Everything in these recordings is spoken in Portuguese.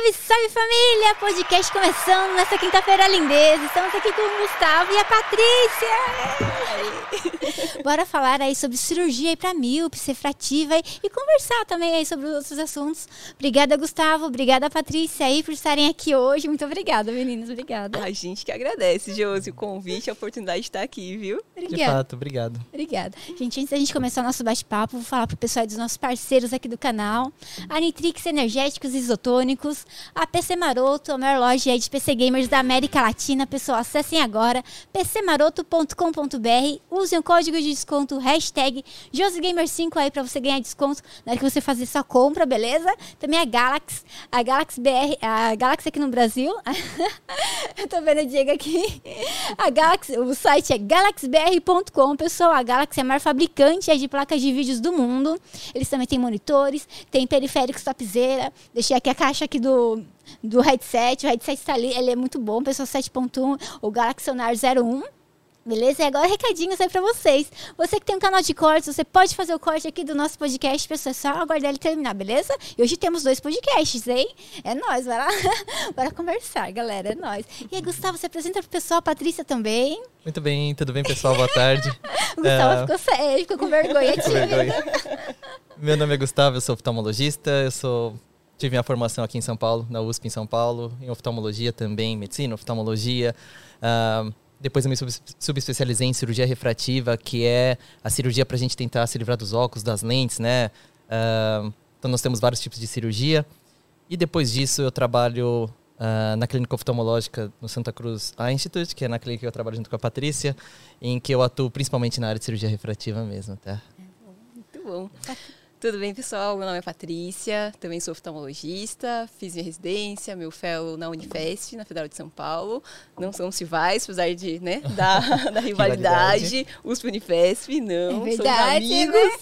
Salve, salve família! Podcast começando nessa quinta-feira lindeza. Estamos aqui com o Gustavo e a Patrícia. Bora falar aí sobre cirurgia aí pra míope, refrativa e conversar também aí sobre outros assuntos. Obrigada, Gustavo. Obrigada, Patrícia, aí por estarem aqui hoje. Muito obrigada, meninas. Obrigada. A gente que agradece, Josi, o convite e a oportunidade de estar aqui, viu? Obrigada. De fato, obrigado. Obrigada. Gente, antes da gente começar o nosso bate-papo, vou falar pro pessoal dos nossos parceiros aqui do canal. A Nitrix Energéticos Isotônicos, a PC Maroto, a maior loja aí de PC Gamers da América Latina. Pessoal, acessem agora pcmaroto.com.br, usem o código de desconto hashtag JosiGamer5 aí pra você ganhar desconto na hora que você fazer sua compra, beleza? Também a Galaxy BR, a Galaxy aqui no Brasil. Eu tô vendo o Diego aqui. A Galaxy, o site é galaxybr.com, pessoal. A Galaxy é a maior fabricante de placas de vídeos do mundo. Eles também têm monitores, tem periféricos topzera. Deixei aqui a caixa aqui do headset. O headset está ali, ele é muito bom, pessoal, 7.1, o Galaxy Sonar 01. Beleza? E agora recadinhos aí pra vocês. Você que tem um canal de cortes, você pode fazer o corte aqui do nosso podcast, pessoal, é só aguardar ele terminar, beleza? E hoje temos 2 podcasts, hein? É nóis, vai lá. Bora conversar, galera, é nóis. E aí, Gustavo, você apresenta pro pessoal, a Patrícia também. Muito bem, tudo bem, pessoal? Boa tarde. O Gustavo ficou sério, ficou com vergonha. Meu nome é Gustavo, eu sou oftalmologista, tive minha formação aqui em São Paulo, na USP em São Paulo, em oftalmologia também, medicina, oftalmologia. Depois eu me subespecializei em cirurgia refrativa, que é a cirurgia para a gente tentar se livrar dos óculos, das lentes, né? Então nós temos vários tipos de cirurgia. E depois disso eu trabalho na clínica oftalmológica no Santa Cruz Eye Institute, que é na clínica que eu trabalho junto com a Patrícia, em que eu atuo principalmente na área de cirurgia refrativa mesmo, tá? Muito bom. Tudo bem, pessoal? Meu nome é Patrícia, também sou oftalmologista, fiz minha residência, meu fellow na Unifesp, na Federal de São Paulo. Não somos rivais, apesar de, né, da rivalidade. USP Unifesp, não, é verdade, somos amigos.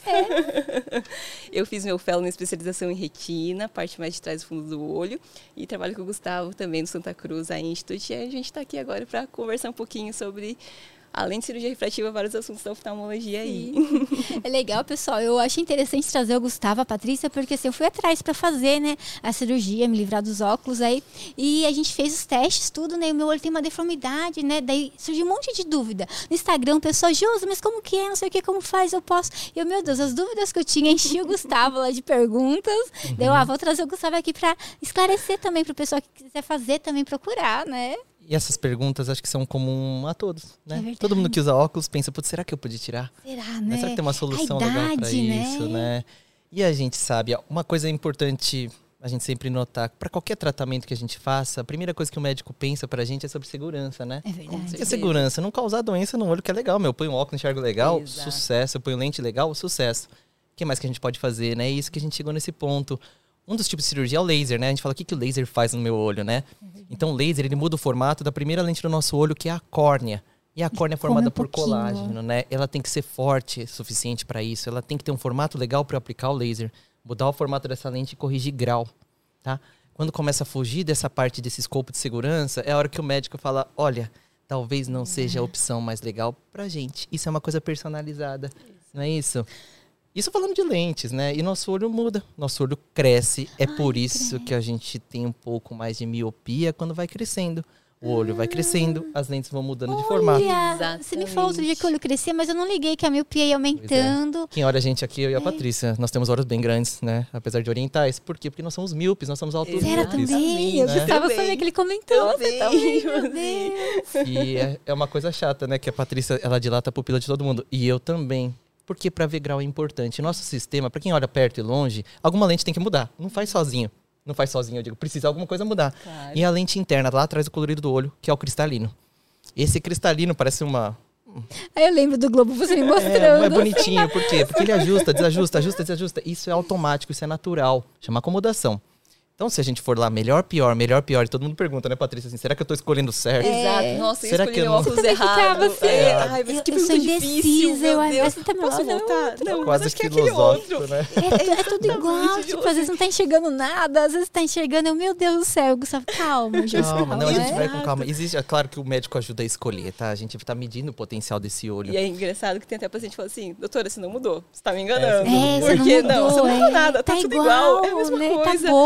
Né? Eu fiz meu fellow na especialização em retina, parte mais de trás do fundo do olho, e trabalho com o Gustavo também no Santa Cruz Eye Institute. E a gente está aqui agora para conversar um pouquinho sobre, além de cirurgia refrativa, vários assuntos da oftalmologia aí. É legal, pessoal. Eu achei interessante trazer o Gustavo, a Patrícia, porque assim, eu fui atrás para fazer, né, a cirurgia, me livrar dos óculos aí. E a gente fez os testes, tudo, né? O meu olho tem uma deformidade, né? Daí surgiu um monte de dúvida. No Instagram, o pessoal, Josi, mas como que é? Não sei o que, como faz, eu posso. E eu, meu Deus, as dúvidas que eu tinha, enchi o Gustavo lá de perguntas. Daí eu, vou trazer o Gustavo aqui para esclarecer também para o pessoal que quiser fazer, também procurar, né? E essas perguntas acho que são comuns a todos, né? É todo mundo que usa óculos pensa, putz, será que eu podia tirar? Será, né? Mas será que tem uma solução legal para isso, né? E a gente sabe, uma coisa importante a gente sempre notar, para qualquer tratamento que a gente faça, a primeira coisa que o médico pensa pra gente é sobre segurança, né? É verdade. E a segurança, não causar doença no olho, que é legal, meu. Eu ponho um óculos, enxergo legal, Exato. Sucesso. Eu ponho lente legal, sucesso. O que mais que a gente pode fazer, né? É isso que a gente chegou nesse ponto. Um dos tipos de cirurgia é o laser, né? A gente fala, o que o laser faz no meu olho, né? Então, o laser, ele muda o formato da primeira lente do nosso olho, que é a córnea. E a córnea é formada por colágeno, né? Ela tem que ser forte o suficiente para isso. Ela tem que ter um formato legal para aplicar o laser. Mudar o formato dessa lente e corrigir grau, tá? Quando começa a fugir dessa parte desse escopo de segurança, é a hora que o médico fala, olha, talvez não seja a opção mais legal pra gente. Isso é uma coisa personalizada, não é isso? Isso falando de lentes, né? E nosso olho muda, nosso olho cresce. É por isso que a gente tem um pouco mais de miopia quando vai crescendo. O olho vai crescendo, as lentes vão mudando de formato. Você me falou outro dia que o olho crescia, mas eu não liguei que a miopia ia aumentando. Quem olha a gente aqui, eu e a Patrícia, nós temos olhos bem grandes, né? Apesar de orientais. Por quê? Porque nós somos míopes, nós somos altos Será míopes. também? Eu gostava de saber que ele comentou. Você também, meu Deus. E é uma coisa chata, né? Que a Patrícia, ela dilata a pupila de todo mundo. E eu também. Porque para ver grau é importante. Nosso sistema, para quem olha perto e longe, alguma lente tem que mudar. Não faz sozinho. Não faz sozinho, eu digo. Precisa alguma coisa mudar. Claro. E a lente interna, lá atrás do colorido do olho, que é o cristalino. Esse cristalino parece uma... Aí eu lembro do Globo, você me mostrando. É bonitinho, por quê? Porque ele ajusta, desajusta, ajusta, desajusta. Isso é automático, isso é natural. Chama acomodação. Então, se a gente for lá, melhor, pior, e todo mundo pergunta, né, Patrícia, assim, será que eu tô escolhendo certo? Exato. Nossa, será eu escolhi que eu meu não... óculos errado. Ai, mas que eu sou pergunta difícil, indecisa, meu Deus. Posso voltar? Não, Quase mas acho que é aquele filosófico, outro. né? É tudo igual, tipo, às vezes não tá enxergando nada, às vezes tá enxergando, meu Deus do céu, Gustavo, calma, Calma, não, a gente né? vai com calma. Existe, é claro que o médico ajuda a escolher, tá? A gente tá medindo o potencial desse olho. E é engraçado que tem até paciente que fala assim, doutora, você não mudou, você tá me enganando. É, Por que você não não? Você não mudou nada, tá tudo igual, é a mesma né? coisa. Tá bom, assim,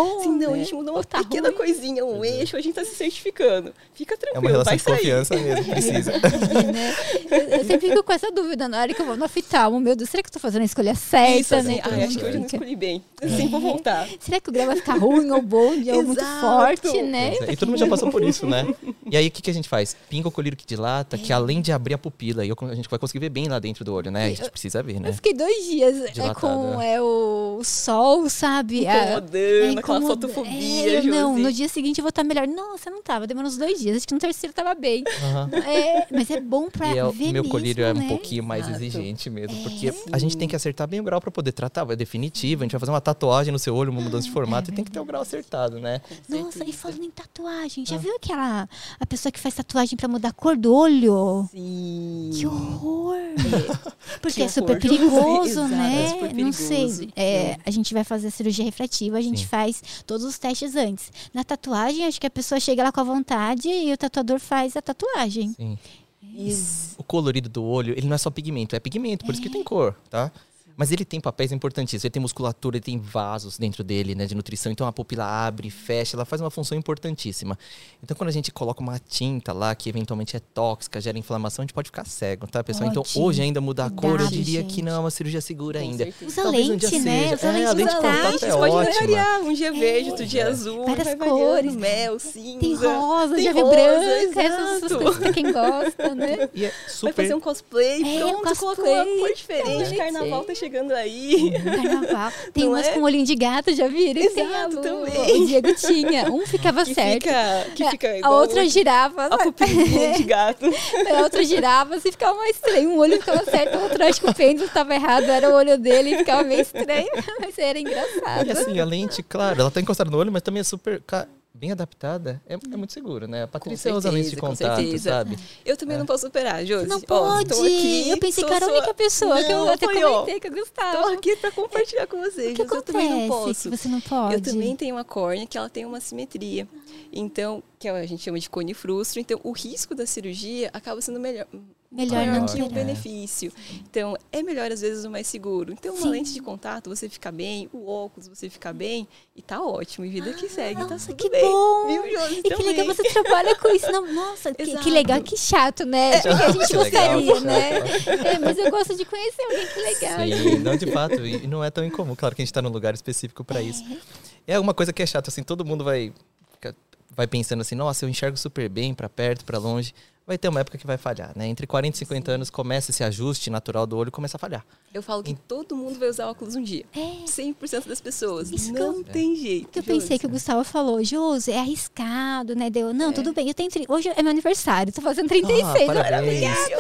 não, a né? gente mudou uma Tá pequena ruim. coisinha, um eixo, a gente tá se certificando. Fica É tranquilo, uma relação vai de sair. confiança mesmo, precisa. Né? Eu sempre fico com essa dúvida na hora que eu vou no oftalmo. Meu Deus, será que eu tô fazendo a escolha certa, Isso, assim, né? Todo acho mundo que hoje eu não fica. escolhi bem. Assim, vou voltar. Será que o grau vai ficar ruim ou bom, ou muito Exato. forte, né? Pois é, e todo mundo já passou por isso, né? E aí, o que a gente faz? Pinga o colírio que dilata, que além de abrir a pupila, a gente vai conseguir ver bem lá dentro do olho, né? A gente precisa ver, né? Eu fiquei 2 dias Dilatado, com o sol, sabe? Incomodando, aquela incomoda- fotofobia, não, Josi. no dia seguinte eu vou estar melhor. Nossa, não tava, demorou uns 2 dias. Acho que no terceiro tava bem. Aham. Mas é bom pra E ver o meu mesmo, colírio é né? um pouquinho mais Exato. exigente mesmo, porque a gente tem que acertar bem o grau pra poder tratar, é definitivo, a gente vai fazer uma tatuagem no seu olho, uma mudança de formato, e tem que ter o grau acertado, né? Nossa, e falando em tatuagem, já viu a pessoa que faz tatuagem pra mudar a cor do olho? Sim. Que horror! Porque Que é super horror. perigoso, Exato, né? é super Não sei. perigoso. A gente vai fazer a cirurgia refrativa, a gente Sim. faz todos os testes antes. Na tatuagem, acho que a pessoa chega lá com a vontade e o tatuador faz a tatuagem. Sim. Isso. O colorido do olho, ele não é só pigmento, é pigmento, por isso que tem cor, tá? Mas ele tem papéis importantíssimos, ele tem musculatura, ele tem vasos dentro dele, né, de nutrição. Então a pupila abre, fecha, ela faz uma função importantíssima. Então quando a gente coloca uma tinta lá, que eventualmente é tóxica, gera inflamação, a gente pode ficar cego, tá, pessoal? Então Pode. hoje ainda mudar a cor, eu Cuidado, diria gente. que não é uma cirurgia segura Com ainda. certeza. Usa Talvez um dia lente, né? seja. Usa É, lente a lente de de contato. contato é Isso pode ótima. variar. Um dia verde, outro dia azul. Várias vai variando, cores. mel, cinza. Tem rosa, Tem já viu rosa, branca, essas exato. coisas pra quem gosta, né? E é Vai super... fazer um cosplay, É, um pronto, coloca cosplay. uma cor diferente. Gente. Carnaval tá chegando aí. Carnaval. Tem Não umas é? com olhinho de gato, já viram? Tem Exato, o também. O Diego tinha. Um ficava Que certo. fica A igual outra girava. a pupilinha de gato. A outra girava, assim, ficava mais estranho. Um olho ficava certo, o outro acho que o pêndulo estava errado, era o olho dele e ficava meio estranho. Mas era engraçado. E assim, a lente, claro, ela tá encostada no olho, mas também é super... Bem adaptada, é muito seguro, né? A Patrícia usa lente de com contato, certeza. sabe? Eu também não posso superar, Josi. Não Ó, pode. tô aqui, Eu pensei sou que era a única sua- pessoa que eu Não, até foi, ó, comentei que eu gostava. Tô aqui pra compartilhar com vocês. O que Eu também não acontece posso. que você não pode? Eu também tenho uma córnea que ela tem uma simetria. Então, que a gente chama de cone frustro. Então, o risco da cirurgia acaba sendo melhor Melhor que não o ter. benefício. Então, é melhor às vezes o mais seguro. Então, uma Sim. lente de contato, você fica bem, o óculos, você fica bem, e tá ótimo. E vida que segue, tá Nossa, tudo que bem. bom! Viu, Josi? E que Também. legal, você trabalha com isso. Não, nossa, que Exato. legal, que chato, né? Porque a gente Que legal, gostaria, que né? chato. Mas eu gosto de conhecer alguém que legal. Sim, não, de fato, e não é tão incomum. Claro que a gente tá num lugar específico para isso. É uma coisa que é chata, assim, todo mundo vai pensando assim, nossa, eu enxergo super bem para perto, para longe. Vai ter uma época que vai falhar, né? Entre 40 e 50 anos começa esse ajuste natural do olho e começa a falhar. Eu falo que todo mundo vai usar óculos um dia. 100% das pessoas. Isso que não tem jeito. Que eu pensei que o Gustavo falou, Josi, é arriscado, né? Deu, não, tudo bem, eu tenho hoje é meu aniversário, tô fazendo 36. Parabéns.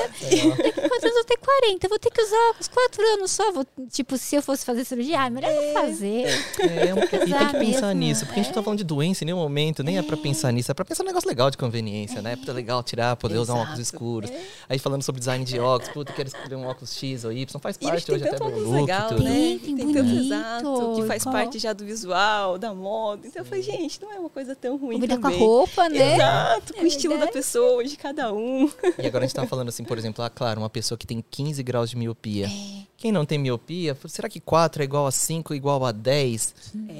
Daqui 4 anos eu vou ter 40, eu vou ter que usar os 4 anos só. Tipo, se eu fosse fazer cirurgia, melhor não fazer. E tem que pensar mesmo, nisso, porque a gente não tá falando de doença em nenhum momento, nem é pra pensar nisso, é pra pensar num negócio legal de conveniência, né? É legal tirar, poder usar um óculos escuros. Aí falando sobre design de óculos, puta, quero escolher um óculos X ou Y, faz E parte tem hoje até tanto do óculos look, legal, tudo. né? Tem tanto bonito, exato, que faz qual? parte já do visual, da moda. Então eu falei, gente, não é uma coisa tão ruim Combina com a também. roupa, né? Exato, com o estilo da verdade. pessoa, de cada um. E agora a gente tá falando assim, por exemplo, claro, uma pessoa que tem 15 graus de miopia. Quem não tem miopia, será que 4 é igual a 5 igual a 10?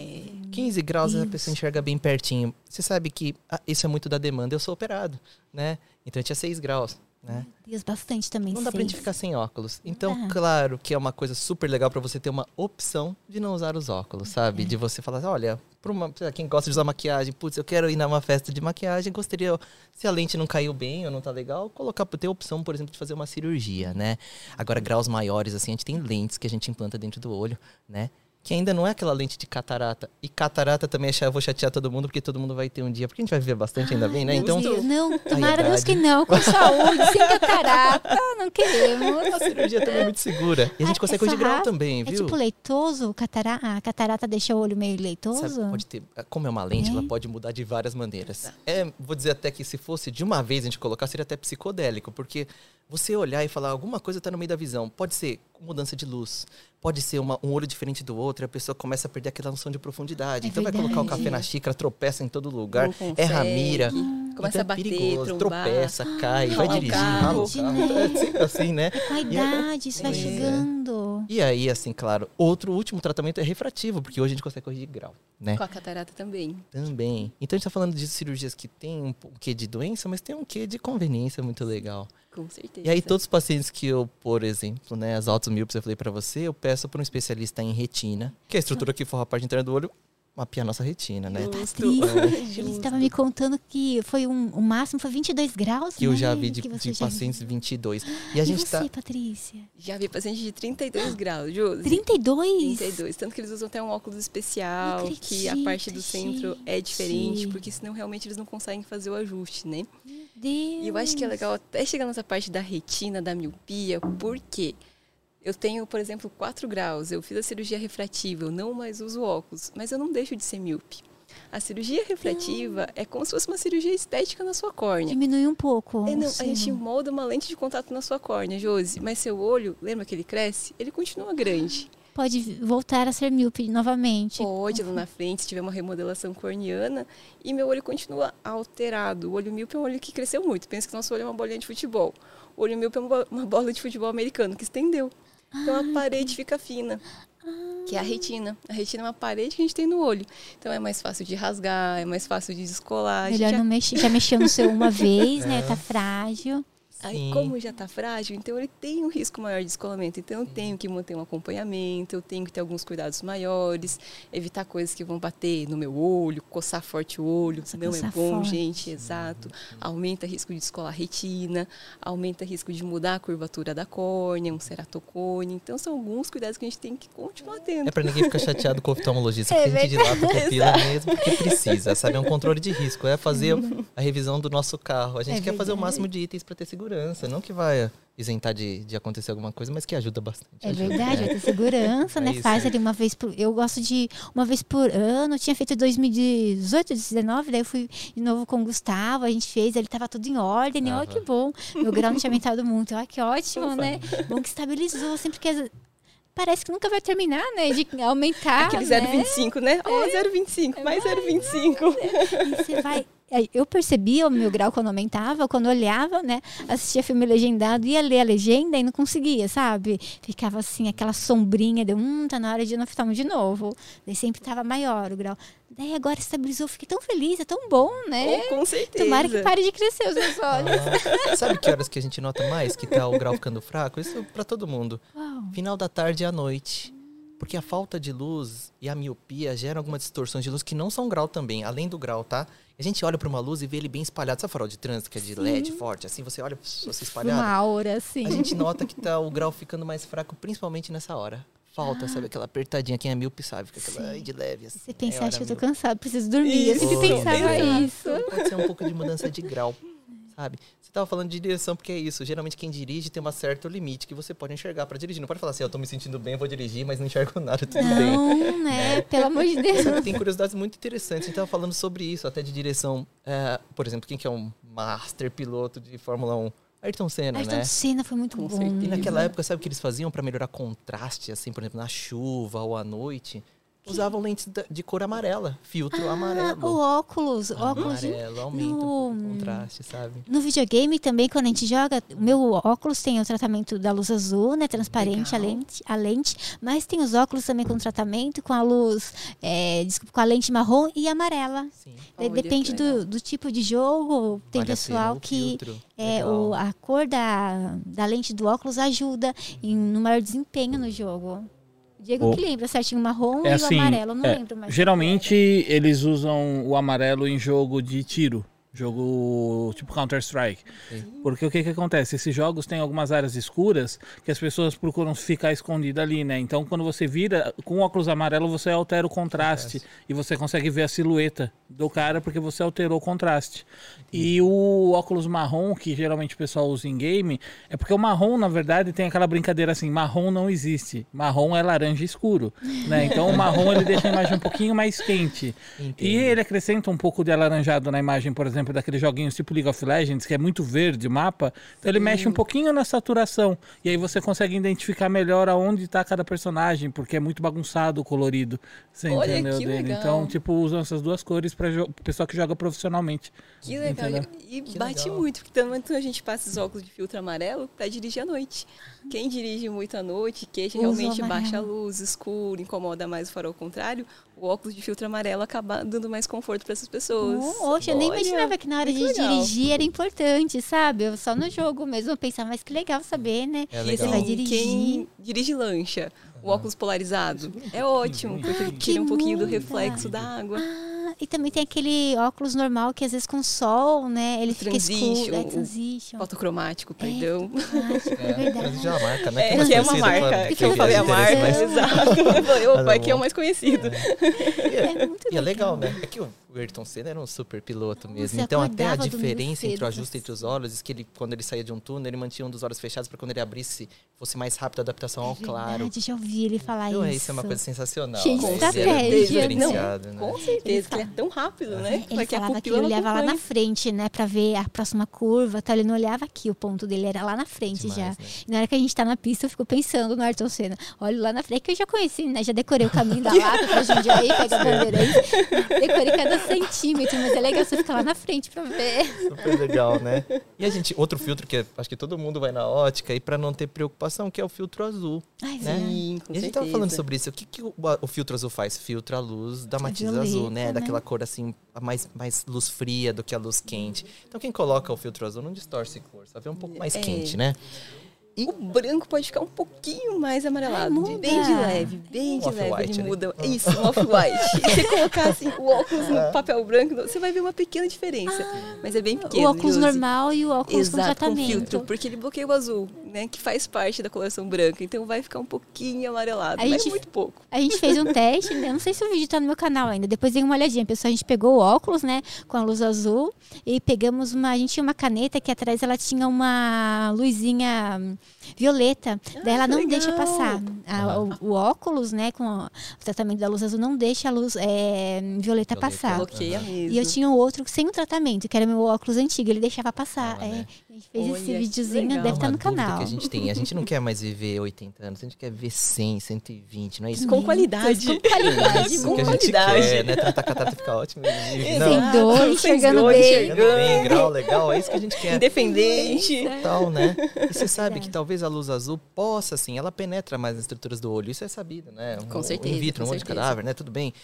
15 graus a pessoa enxerga bem pertinho. Você sabe que isso é muito da demanda. Eu sou operado, né? Então eu tinha 6 graus, né? Deus, bastante também. Não dá pra 6. gente ficar sem óculos. Então, dá. claro que é uma coisa super legal pra você ter uma opção de não usar os óculos, sabe? De você falar, olha, pra quem gosta de usar maquiagem, putz, eu quero ir numa festa de maquiagem, gostaria, se a lente não caiu bem ou não tá legal, ter a opção, por exemplo, de fazer uma cirurgia, né? Agora, graus maiores, assim, a gente tem lentes que a gente implanta dentro do olho, né? Que ainda não é aquela lente de catarata. E catarata também eu vou chatear todo mundo, porque todo mundo vai ter um dia. Porque a gente vai viver bastante ainda bem, né? Meu Então, Deus, não, tomara idade. Deus que não, com saúde, sem catarata, não queremos. a cirurgia também é muito segura. E a gente consegue corrigir grau também, É viu? tipo leitoso? A catarata deixa o olho meio leitoso? Sabe, pode ter, como é uma lente, ela pode mudar de várias maneiras. Vou dizer até que se fosse de uma vez a gente colocar, seria até psicodélico, porque você olhar e falar alguma coisa está no meio da visão. Pode ser mudança de luz, pode ser um olho diferente do outro, e a pessoa começa a perder aquela noção de profundidade. Então vai colocar o café na xícara, tropeça em todo lugar, erra a mira. Começa a bater, perigoso, trombar. tropeça, cai, vai Rala o dirigir, carro. rala o carro. É sempre assim, né? Com a idade, isso vai chegando. E aí, assim, claro, outro último tratamento é refrativo, porque hoje a gente consegue corrigir grau, né? Com a catarata também. Também. Então a gente tá falando de cirurgias que tem um quê de doença, mas tem um quê de conveniência muito legal. Com certeza. E aí todos os pacientes que eu, por exemplo, né, as altos míopes eu falei pra você, eu peço para um especialista em retina, que é a estrutura que forra a parte interna do olho, mapear nossa retina, né? Patrícia, ele estava me contando que foi o máximo foi 22 graus, Que né? eu já vi de já pacientes viu. 22. E a gente você, tá... Patrícia? Já vi paciente de 32 graus, Josi. 32? 32. Tanto que eles usam até um óculos especial, Não que a acredito, parte do centro é diferente, gente. porque senão realmente eles não conseguem fazer o ajuste, né? Meu Deus. E eu acho que é legal até chegar nessa parte da retina, da miopia, porque eu tenho, por exemplo, 4 graus, eu fiz a cirurgia refrativa, eu não mais uso óculos, mas eu não deixo de ser míope. A cirurgia refrativa é como se fosse uma cirurgia estética na sua córnea. Diminui um pouco. Não, a gente molda uma lente de contato na sua córnea, Josi, mas seu olho, lembra que ele cresce? Ele continua grande. Pode voltar a ser míope novamente. Pode, lá na frente, se tiver uma remodelação corneana, e meu olho continua alterado. O olho míope é um olho que cresceu muito. Pensa que nosso olho é uma bolinha de futebol. O olho míope é uma bola de futebol americano que estendeu. Então a parede fica fina, que é a retina. A retina é uma parede que a gente tem no olho. Então é mais fácil de rasgar, é mais fácil de descolar. Melhor não mexer. Já mexeu no seu uma vez, né? Tá frágil. Aí, como já está frágil, então ele tem um risco maior de descolamento. Então eu tenho que manter um acompanhamento, eu tenho que ter alguns cuidados maiores, evitar coisas que vão bater no meu olho, coçar forte o olho, não é bom, forte. gente, exato. Aumenta risco de descolar a retina, aumenta risco de mudar a curvatura da córnea, um ceratocone. Então são alguns cuidados que a gente tem que continuar tendo. É pra ninguém ficar chateado com o oftalmologista, porque a gente dilata a pupila mesmo porque precisa, sabe? É um controle de risco, é fazer a revisão do nosso carro. A gente quer fazer o máximo de itens para ter segurança, não que vai isentar de acontecer alguma coisa, mas que ajuda bastante. É verdade, vai ter segurança, né? isso. Faz ali uma vez por... Eu gosto de uma vez por ano. Eu tinha feito em 2018, 2019, daí eu fui de novo com o Gustavo, a gente fez, ele tava tudo em ordem, olha que bom. Meu grau não tinha aumentado muito, olha que ótimo, né? Bom que estabilizou, sempre que... Parece que nunca vai terminar, né? De aumentar. Aquele né? 0,25, né? 0,25, mais 0,25. E você vai... Eu percebia o meu grau quando aumentava, quando eu olhava, né? Assistia filme legendado, ia ler a legenda e não conseguia, sabe? Ficava assim, aquela sombrinha de tá na hora de ir no oftalmo de novo. Daí sempre estava maior o grau. Daí agora estabilizou, fiquei tão feliz, é tão bom, né? Oh, com certeza. Tomara que pare de crescer os meus olhos. Sabe que horas que a gente nota mais que tá o grau ficando fraco? Isso pra todo mundo. Uau. Final da tarde e à noite. Porque a falta de luz e a miopia geram algumas distorções de luz que não são grau também, além do grau, tá? A gente olha para uma luz e vê ele bem espalhado. Sabe farol de trânsito, que é de LED forte? Assim, você olha você espalhado. Uma aura, assim. A gente nota que tá o grau ficando mais fraco, principalmente nessa hora. Falta, sabe? Aquela apertadinha. Quem é míope sabe, fica aquela de leve. Assim, Você pensa, hora acho que eu tô míope. cansado, preciso dormir. Eu sempre Oi, pensava exato. isso. Pode ser um pouco de mudança de grau, sabe? Você tava falando de direção porque é isso. Geralmente quem dirige tem um certo limite que você pode enxergar para dirigir. Não pode falar assim, eu tô me sentindo bem, eu vou dirigir, mas não enxergo nada, tudo bem. Não, né? Pelo amor de Deus. Sabe, tem curiosidades muito interessantes. A gente tava falando sobre isso, até de direção. Por exemplo, quem que é um master piloto de Fórmula 1? Ayrton Senna, né? Ayrton Senna foi muito Com bom. certeza. E naquela época, sabe o que eles faziam para melhorar contraste, assim, por exemplo, na chuva ou à noite? Usavam lentes de cor amarela, filtro amarelo. O óculos. Óculos Amarelo, aumenta o contraste, sabe? No videogame também, quando a gente joga, o meu óculos tem o tratamento da luz azul, né? Transparente a lente. Mas tem os óculos também com tratamento, com a luz, com a lente marrom e amarela. Sim. Daí Olha, depende que legal. do tipo de jogo. Tem Vale a pessoal pena o que filtro. Legal. a cor da lente do óculos ajuda no maior desempenho no jogo. Diego que lembra certinho, o marrom e o amarelo, eu não lembro mais. Geralmente eles usam o amarelo em jogo de tiro. Jogo tipo Counter-Strike. Porque o que acontece? Esses jogos têm algumas áreas escuras que as pessoas procuram ficar escondidas ali, né? Então, quando você vira com óculos amarelo, você altera o contraste e você consegue ver a silhueta do cara porque você alterou o contraste. E o óculos marrom, que geralmente o pessoal usa em game, é porque o marrom, na verdade, tem aquela brincadeira assim, marrom não existe. Marrom é laranja escuro, né? Então, o marrom ele deixa a imagem um pouquinho mais quente. Entendo. E ele acrescenta um pouco de alaranjado na imagem, por exemplo, exemplo, daqueles joguinhos tipo League of Legends, que é muito verde o mapa, então ele mexe um pouquinho na saturação. E aí você consegue identificar melhor aonde tá cada personagem, porque é muito bagunçado o colorido. Você Olha, entendeu que dele? legal. Então, tipo, usam essas duas cores para o pessoal que joga profissionalmente. Que legal. Entendeu? E Que bate legal. muito, porque também a gente passa esses óculos de filtro amarelo pra dirigir à noite. Quem dirige muito à noite, queixa Usa o realmente baixa a amarelo. luz, escuro, incomoda mais o farol ao contrário, o óculos de filtro amarelo acaba dando mais conforto para essas pessoas. Oxe, eu nem Olha, imaginava que na hora de muito legal. dirigir era importante, sabe? Eu só no jogo mesmo eu pensava, mas que legal saber, né? É E legal. Você vai assim, dirigir. quem dirige lancha, o óculos polarizado, é ótimo, porque ele tira um pouquinho do muda. reflexo da água. Ah, e também tem aquele óculos normal que às vezes com sol, né? Ele fica Transition, escuro. É o transition. Fotocromático, perdão. É verdade. Transition é uma marca, né? É, mais que é uma conhecida, marca, claro, que eu falei a viés de marca, interesse, mas- exato. Eu falei, opa, Mas é aqui é o bom. mais conhecido. E muito e é legal. legal, né? É que o Ayrton Senna era um super piloto mesmo. Você Então, até a acordava domingo diferença entre o cedo, ajuste entre os olhos, é que ele, quando ele saía de um túnel, ele mantinha um dos olhos fechados para quando ele abrisse, fosse mais rápido a adaptação ao claro. Verdade, já ouvi ele falar Então, isso. isso é uma coisa sensacional. Cheio de né? Ele era estratégia, diferenciado, né? Com certeza, que ele é tão rápido, né? Ele Porque a falava que ele pupila não olhava lá na acompanha. frente, né, pra ver a próxima curva, tá? Ele não olhava aqui, o ponto dele era lá na frente Demais, já. né? E na hora que a gente tá na pista, eu fico pensando no Ayrton Senna. Olho lá na frente, que eu já conheci, né? Já decorei o caminho da Lapa pra Jundiaí, pega a Bandeirantes. Decorei cada centímetro, mas é legal você ficar lá na frente pra ver. Super legal, né? E a gente, outro filtro que acho que todo mundo vai na ótica e para não ter preocupação, que é o filtro azul. Ai, Né? Sim, com E a gente tava certeza. falando sobre isso. O que o filtro azul faz? Filtra a luz da matiz violeta, azul, né? né? Daquela cor assim, mais luz fria do que a luz quente. Então quem coloca o filtro azul não distorce cor, só vê um pouco mais quente, né? O branco pode ficar um pouquinho mais amarelado. muda. Bem de leve, bem de leve. off-white Ele ali. muda. Isso, um off-white. E você colocar assim, o óculos no papel branco, você vai ver uma pequena diferença. Mas é bem pequeno. O óculos Josi. normal e o óculos com Exato, com tratamento. filtro, porque ele bloqueia o azul, né? Que faz parte da coloração branca. Então vai ficar um pouquinho amarelado, A mas gente- muito pouco. A gente fez um teste, né? Não sei se o vídeo tá no meu canal ainda. Depois dei uma olhadinha. Pessoal, a gente pegou o óculos, né? Com a luz azul. E pegamos a gente tinha uma caneta que atrás ela tinha uma luzinha violeta. Daí ela que não legal. deixa passar. O óculos, né? Com o tratamento da luz azul, não deixa a luz violeta passar. Bloqueia mesmo. E eu tinha um outro sem o tratamento, que era meu óculos antigo. Ele deixava passar. Ah, né? A gente fez Olha, esse que videozinho, legal. deve estar Uma no dúvida canal. que a gente tem. A gente não quer mais viver 80 anos, a gente quer viver 100, 120, não é isso? Com qualidade. Com qualidade, Isso com que a gente qualidade. quer, né? Tratar catarata fica ótimo. Sem Não, dor, sem enxergando dor, bem. enxergando. bem, grau legal, é isso que a gente quer. Independente. Total, né? E você sabe verdade. que talvez a luz azul possa, assim, ela penetra mais nas estruturas do olho. Isso é sabido, né? Com certeza, In vitro, com um monte de certeza. cadáver, né? Tudo bem.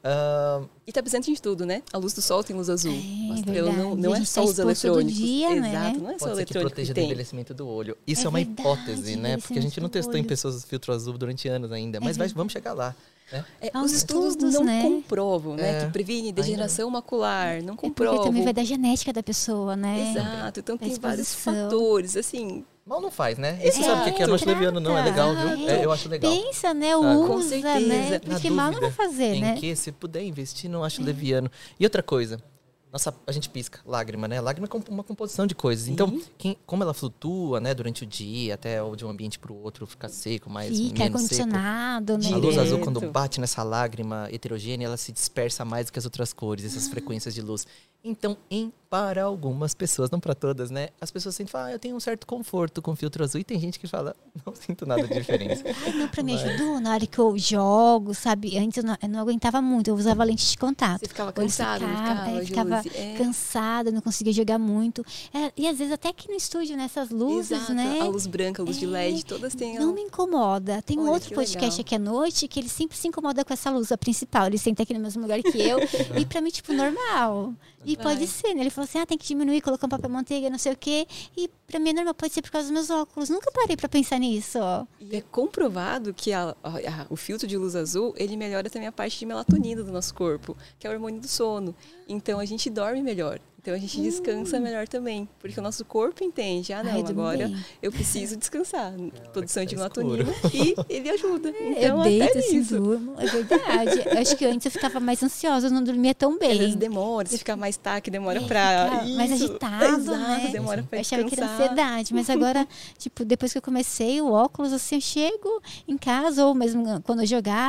E tá presente em tudo, né? A luz do sol tem luz azul. É A estrela verdade. não A é gente só tá os exposto todo eletrônicos. dia, né? Exato, não é só Pode o ser que eletrônico proteja que do tem. envelhecimento do olho. Isso É é uma verdade, hipótese, né? Porque a gente não envelhecimento do testou em olho. pessoas filtro azul durante anos ainda. Mas vamos chegar lá. Né? Aos Os estudos estudos, não né? comprovam, né? É, Que previne degeneração macular, não É porque comprovam. também vai da genética da pessoa, né? Exato, então Da tem vários exposição. fatores, assim. Mal não faz, né? E você sabe o que é? Eu não acho leviano, não. É legal, viu? É. Eu acho legal. Pensa, né? Sabe? Usa, Com certeza. né? Na Porque mal não vai dúvida fazer, em né? que, se puder investir, não acho leviano. E outra coisa, a gente pisca lágrima, né? Lágrima é uma composição de coisas. Então, como ela flutua, né, durante o dia, até de um ambiente para o outro ficar seco, mais Fica menos seco. ar-condicionado, né? A luz azul, Direto. quando bate nessa lágrima heterogênea, ela se dispersa mais do que as outras cores, essas frequências de luz. Então, para algumas pessoas, não para todas, né? As pessoas sentem, eu tenho um certo conforto com filtro azul. E tem gente que fala, não sinto nada de diferença. Ai, não, pra mim ajudou na hora que eu jogo, sabe? Antes eu não aguentava muito, eu usava lente de contato. Você ficava O olho cansado, não ficava, ficava, ficava Josi? É. cansada, não conseguia jogar muito. E às vezes até aqui no estúdio, nessas luzes, Exato, né? a luz branca, a luz de LED, todas têm. Não me incomoda. Tem um Olha, outro que podcast legal. aqui à noite que ele sempre se incomoda com essa luz, a principal. Ele senta aqui no mesmo lugar que eu. E pra mim, tipo, normal. E Vai. pode ser, né? Ele falou assim, tem que diminuir, colocar um papel manteiga, não sei o quê. E pra mim é normal, pode ser por causa dos meus óculos. Nunca parei pra pensar nisso, ó. E é comprovado que o filtro de luz azul, ele melhora também a parte de melatonina do nosso corpo, que é o hormônio do sono. Então a gente dorme melhor. Então a gente descansa melhor também. Porque o nosso corpo entende, não, Ai, dorme agora bem. eu preciso descansar. Produção de tá melatonina e ele ajuda. Eu Então deito até assim, isso. durmo. É verdade. Eu acho que antes eu ficava mais ansiosa, eu não dormia tão Às vezes bem. demora, se ficar mais taque, demora É, pra. fica mais Isso. agitado, Exato, né? demora pra Eu achava que era descansar. ansiedade, mas agora, tipo, depois que eu comecei o óculos, assim, eu chego em casa, ou mesmo quando eu jogava, e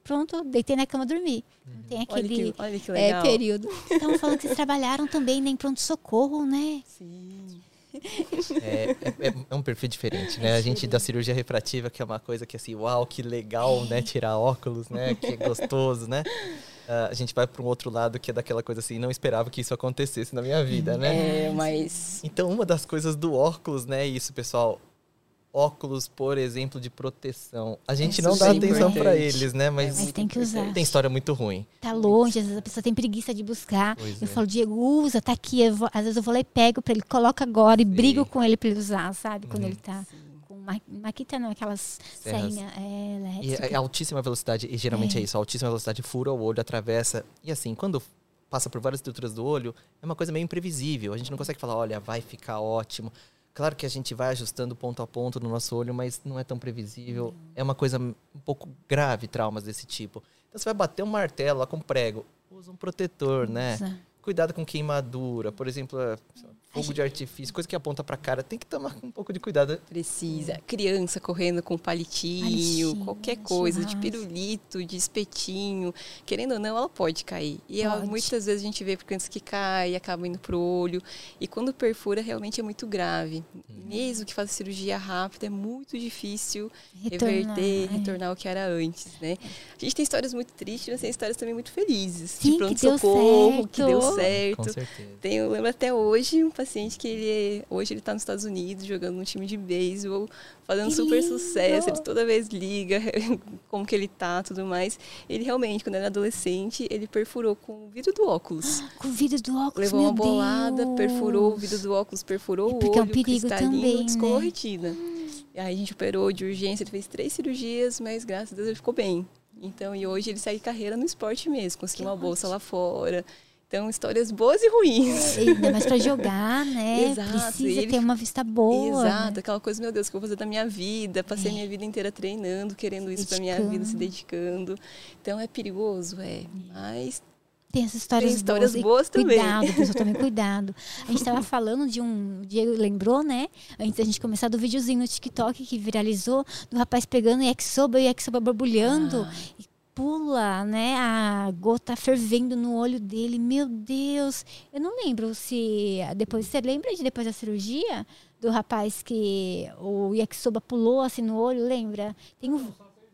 pronto, deitei na cama, dormi. Não tem aquele olha que legal. período. Estavam falando que vocês trabalharam também em pronto-socorro, né? Sim. É um perfil diferente, né? A gente da cirurgia refrativa, que é uma coisa que assim, uau, que legal, né? Tirar óculos, né? Que gostoso, né? A gente vai para um outro lado que é daquela coisa assim, não esperava que isso acontecesse na minha vida, né? Mas... Então, uma das coisas do óculos, né? Isso, pessoal. Óculos, por exemplo, de proteção. A gente não dá atenção para eles, né? Mas tem que usar. Tem história muito ruim. Tá longe, às vezes a pessoa tem preguiça de buscar. Pois Eu é. falo, Diego, usa, tá aqui. Às vezes eu vou lá e pego pra ele, coloca agora e brigo com ele pra ele usar, sabe? Quando ele tá com maquita, não, aquelas serrinhas E elétricas. é altíssima velocidade, e geralmente é isso, a altíssima velocidade fura o olho, atravessa. E assim, quando passa por várias estruturas do olho, é uma coisa meio imprevisível. A gente não consegue falar, olha, vai ficar ótimo. Claro que a gente vai ajustando ponto a ponto no nosso olho, mas não é tão previsível. É uma coisa um pouco grave, traumas desse tipo. Então você vai bater um martelo lá com prego, usa um protetor, né? Usa. Cuidado com queimadura, por exemplo, fogo de artifício, coisa que aponta pra cara, tem que tomar um pouco de cuidado. Precisa. Criança correndo com palitinho, qualquer coisa, de pirulito, de espetinho. Querendo ou não, ela pode cair. E muitas vezes a gente vê criança que cai, acaba indo pro olho. E quando perfura, realmente é muito grave. Mesmo que faça cirurgia rápida, é muito difícil retornar o que era antes, né? A gente tem histórias muito tristes, mas tem histórias também muito felizes. Sim, de pronto-socorro, que deu certo. Com certeza. Eu lembro até hoje um paciente que hoje ele está nos Estados Unidos jogando num time de beisebol, fazendo super sucesso. Ele toda vez liga como que ele tá, tudo mais. Ele realmente, quando era adolescente, ele perfurou com o vidro do óculos. Com o vidro do óculos, Levou uma bolada, perfurou o vidro do óculos, perfurou o olho, porque é um perigo também, descolou a né? retina. E aí a gente operou de urgência, ele fez 3 cirurgias, mas graças a Deus ele ficou bem. Então, e hoje ele segue carreira no esporte mesmo, conseguiu uma bolsa lá fora. Então, histórias boas e ruins. Ainda mais pra jogar, né? Exato. Precisa ter uma vista boa. Exato. Né? Aquela coisa, meu Deus, o que eu vou fazer da minha vida? Passei a minha vida inteira treinando, querendo isso pra minha vida, se dedicando. Então, é perigoso, mas... Tem essas histórias boas também. Cuidado, pessoal, também cuidado. A gente estava falando de o Diego lembrou, né? Antes da gente começar, do videozinho no TikTok que viralizou, do rapaz pegando yakisoba e o yakisoba borbulhando. E pula, né? A gota fervendo no olho dele. Meu Deus! Eu não lembro se... Você lembra depois da cirurgia? Do rapaz que o yakisoba pulou assim no olho, lembra? Tem um...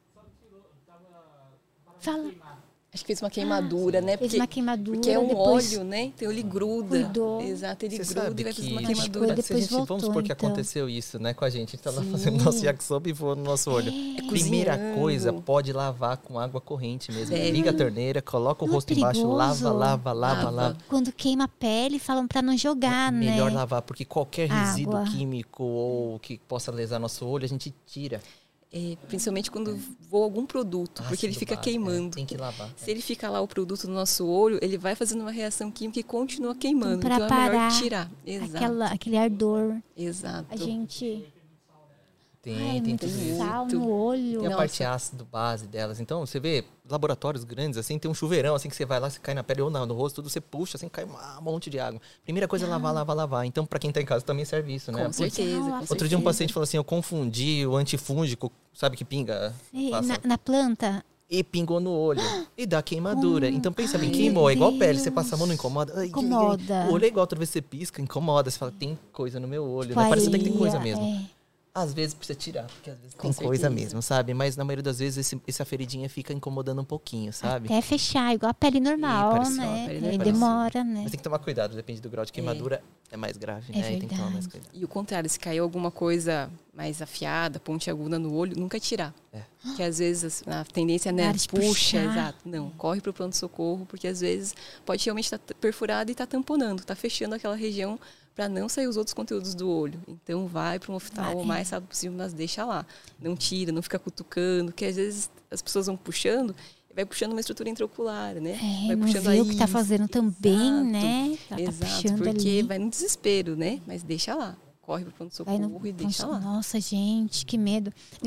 Fala... Acho que fez uma queimadura, né? Fez uma queimadura. Porque é um depois... óleo, né? Então ele gruda. Cuidou. Exato, ele Você gruda e vai sabe fazer uma que queimadura. depois se a gente, voltou, vamos supor que então. aconteceu isso, né, com a gente. A gente tá lá fazendo nosso yakisoba e voa no nosso olho. Primeira cozinhando. coisa, pode lavar com água corrente mesmo. Deve. Liga a torneira, coloca o Não é rosto embaixo, perigoso? lava. Quando queima a pele, falam pra não jogar, né? Melhor lavar, porque qualquer resíduo Água. químico ou que possa lesar nosso olho, a gente tira. Principalmente quando voa algum produto, porque ele Ácido fica base, queimando. tem que lavar. Se ele fica lá o produto no nosso olho, ele vai fazendo uma reação química e continua queimando. Pra Então é parar melhor tirar. Exato. aquele ardor. Exato. A gente... Tem muito tudo isso. sal no olho. Tem a Nossa. parte ácido base delas. Então, você vê laboratórios grandes, assim, tem um chuveirão, assim, que você vai lá, você cai na pele ou não, no rosto, tudo você puxa, assim, cai um monte de água. Primeira coisa é lavar. Então, pra quem tá em casa também serve isso, né? Com certeza. Outro com Outro dia um certeza. paciente falou assim, eu confundi o antifúngico, sabe que pinga? E Passa. na planta. E pingou no olho. E dá queimadura. Então pensa bem, Ai, queimou. É igual meu pele. Você Deus. passa a mão, não incomoda. Ai, Incomoda. O olho é igual, outra vez você pisca, incomoda. Você fala, tem coisa no meu olho. Né? Tipo, Parece até que tem aí, coisa mesmo. é. Às vezes precisa tirar, porque às vezes Com tem coisa certeza. mesmo, sabe? Mas na maioria das vezes essa feridinha fica incomodando um pouquinho, sabe? Até fechar, igual a pele normal, parecido, né? a pele Aí normal. demora, né? Mas tem que tomar cuidado, depende do grau de queimadura, é mais grave, né? E tem que tomar mais cuidado. E o contrário, se caiu alguma coisa mais afiada, pontiaguda no olho, nunca tirar. Porque às vezes a tendência, Na né, hora de puxa, puxar. exato. Não, corre pro pronto-socorro, porque às vezes pode realmente estar perfurado e tá tamponando, tá fechando aquela região para não sair os outros conteúdos do olho. Então vai para um oftalmo o mais rápido possível, mas deixa lá. Não tira, não fica cutucando, porque às vezes as pessoas vão puxando, vai puxando uma estrutura intraocular, né? Vai não puxando vê o a que tá íris. fazendo também, Exato. né? Tá Exato, puxando porque ali. vai no desespero, né? Mas deixa lá. corre pro Vai pronto-socorro no e deixa lá. Nossa, gente, que medo.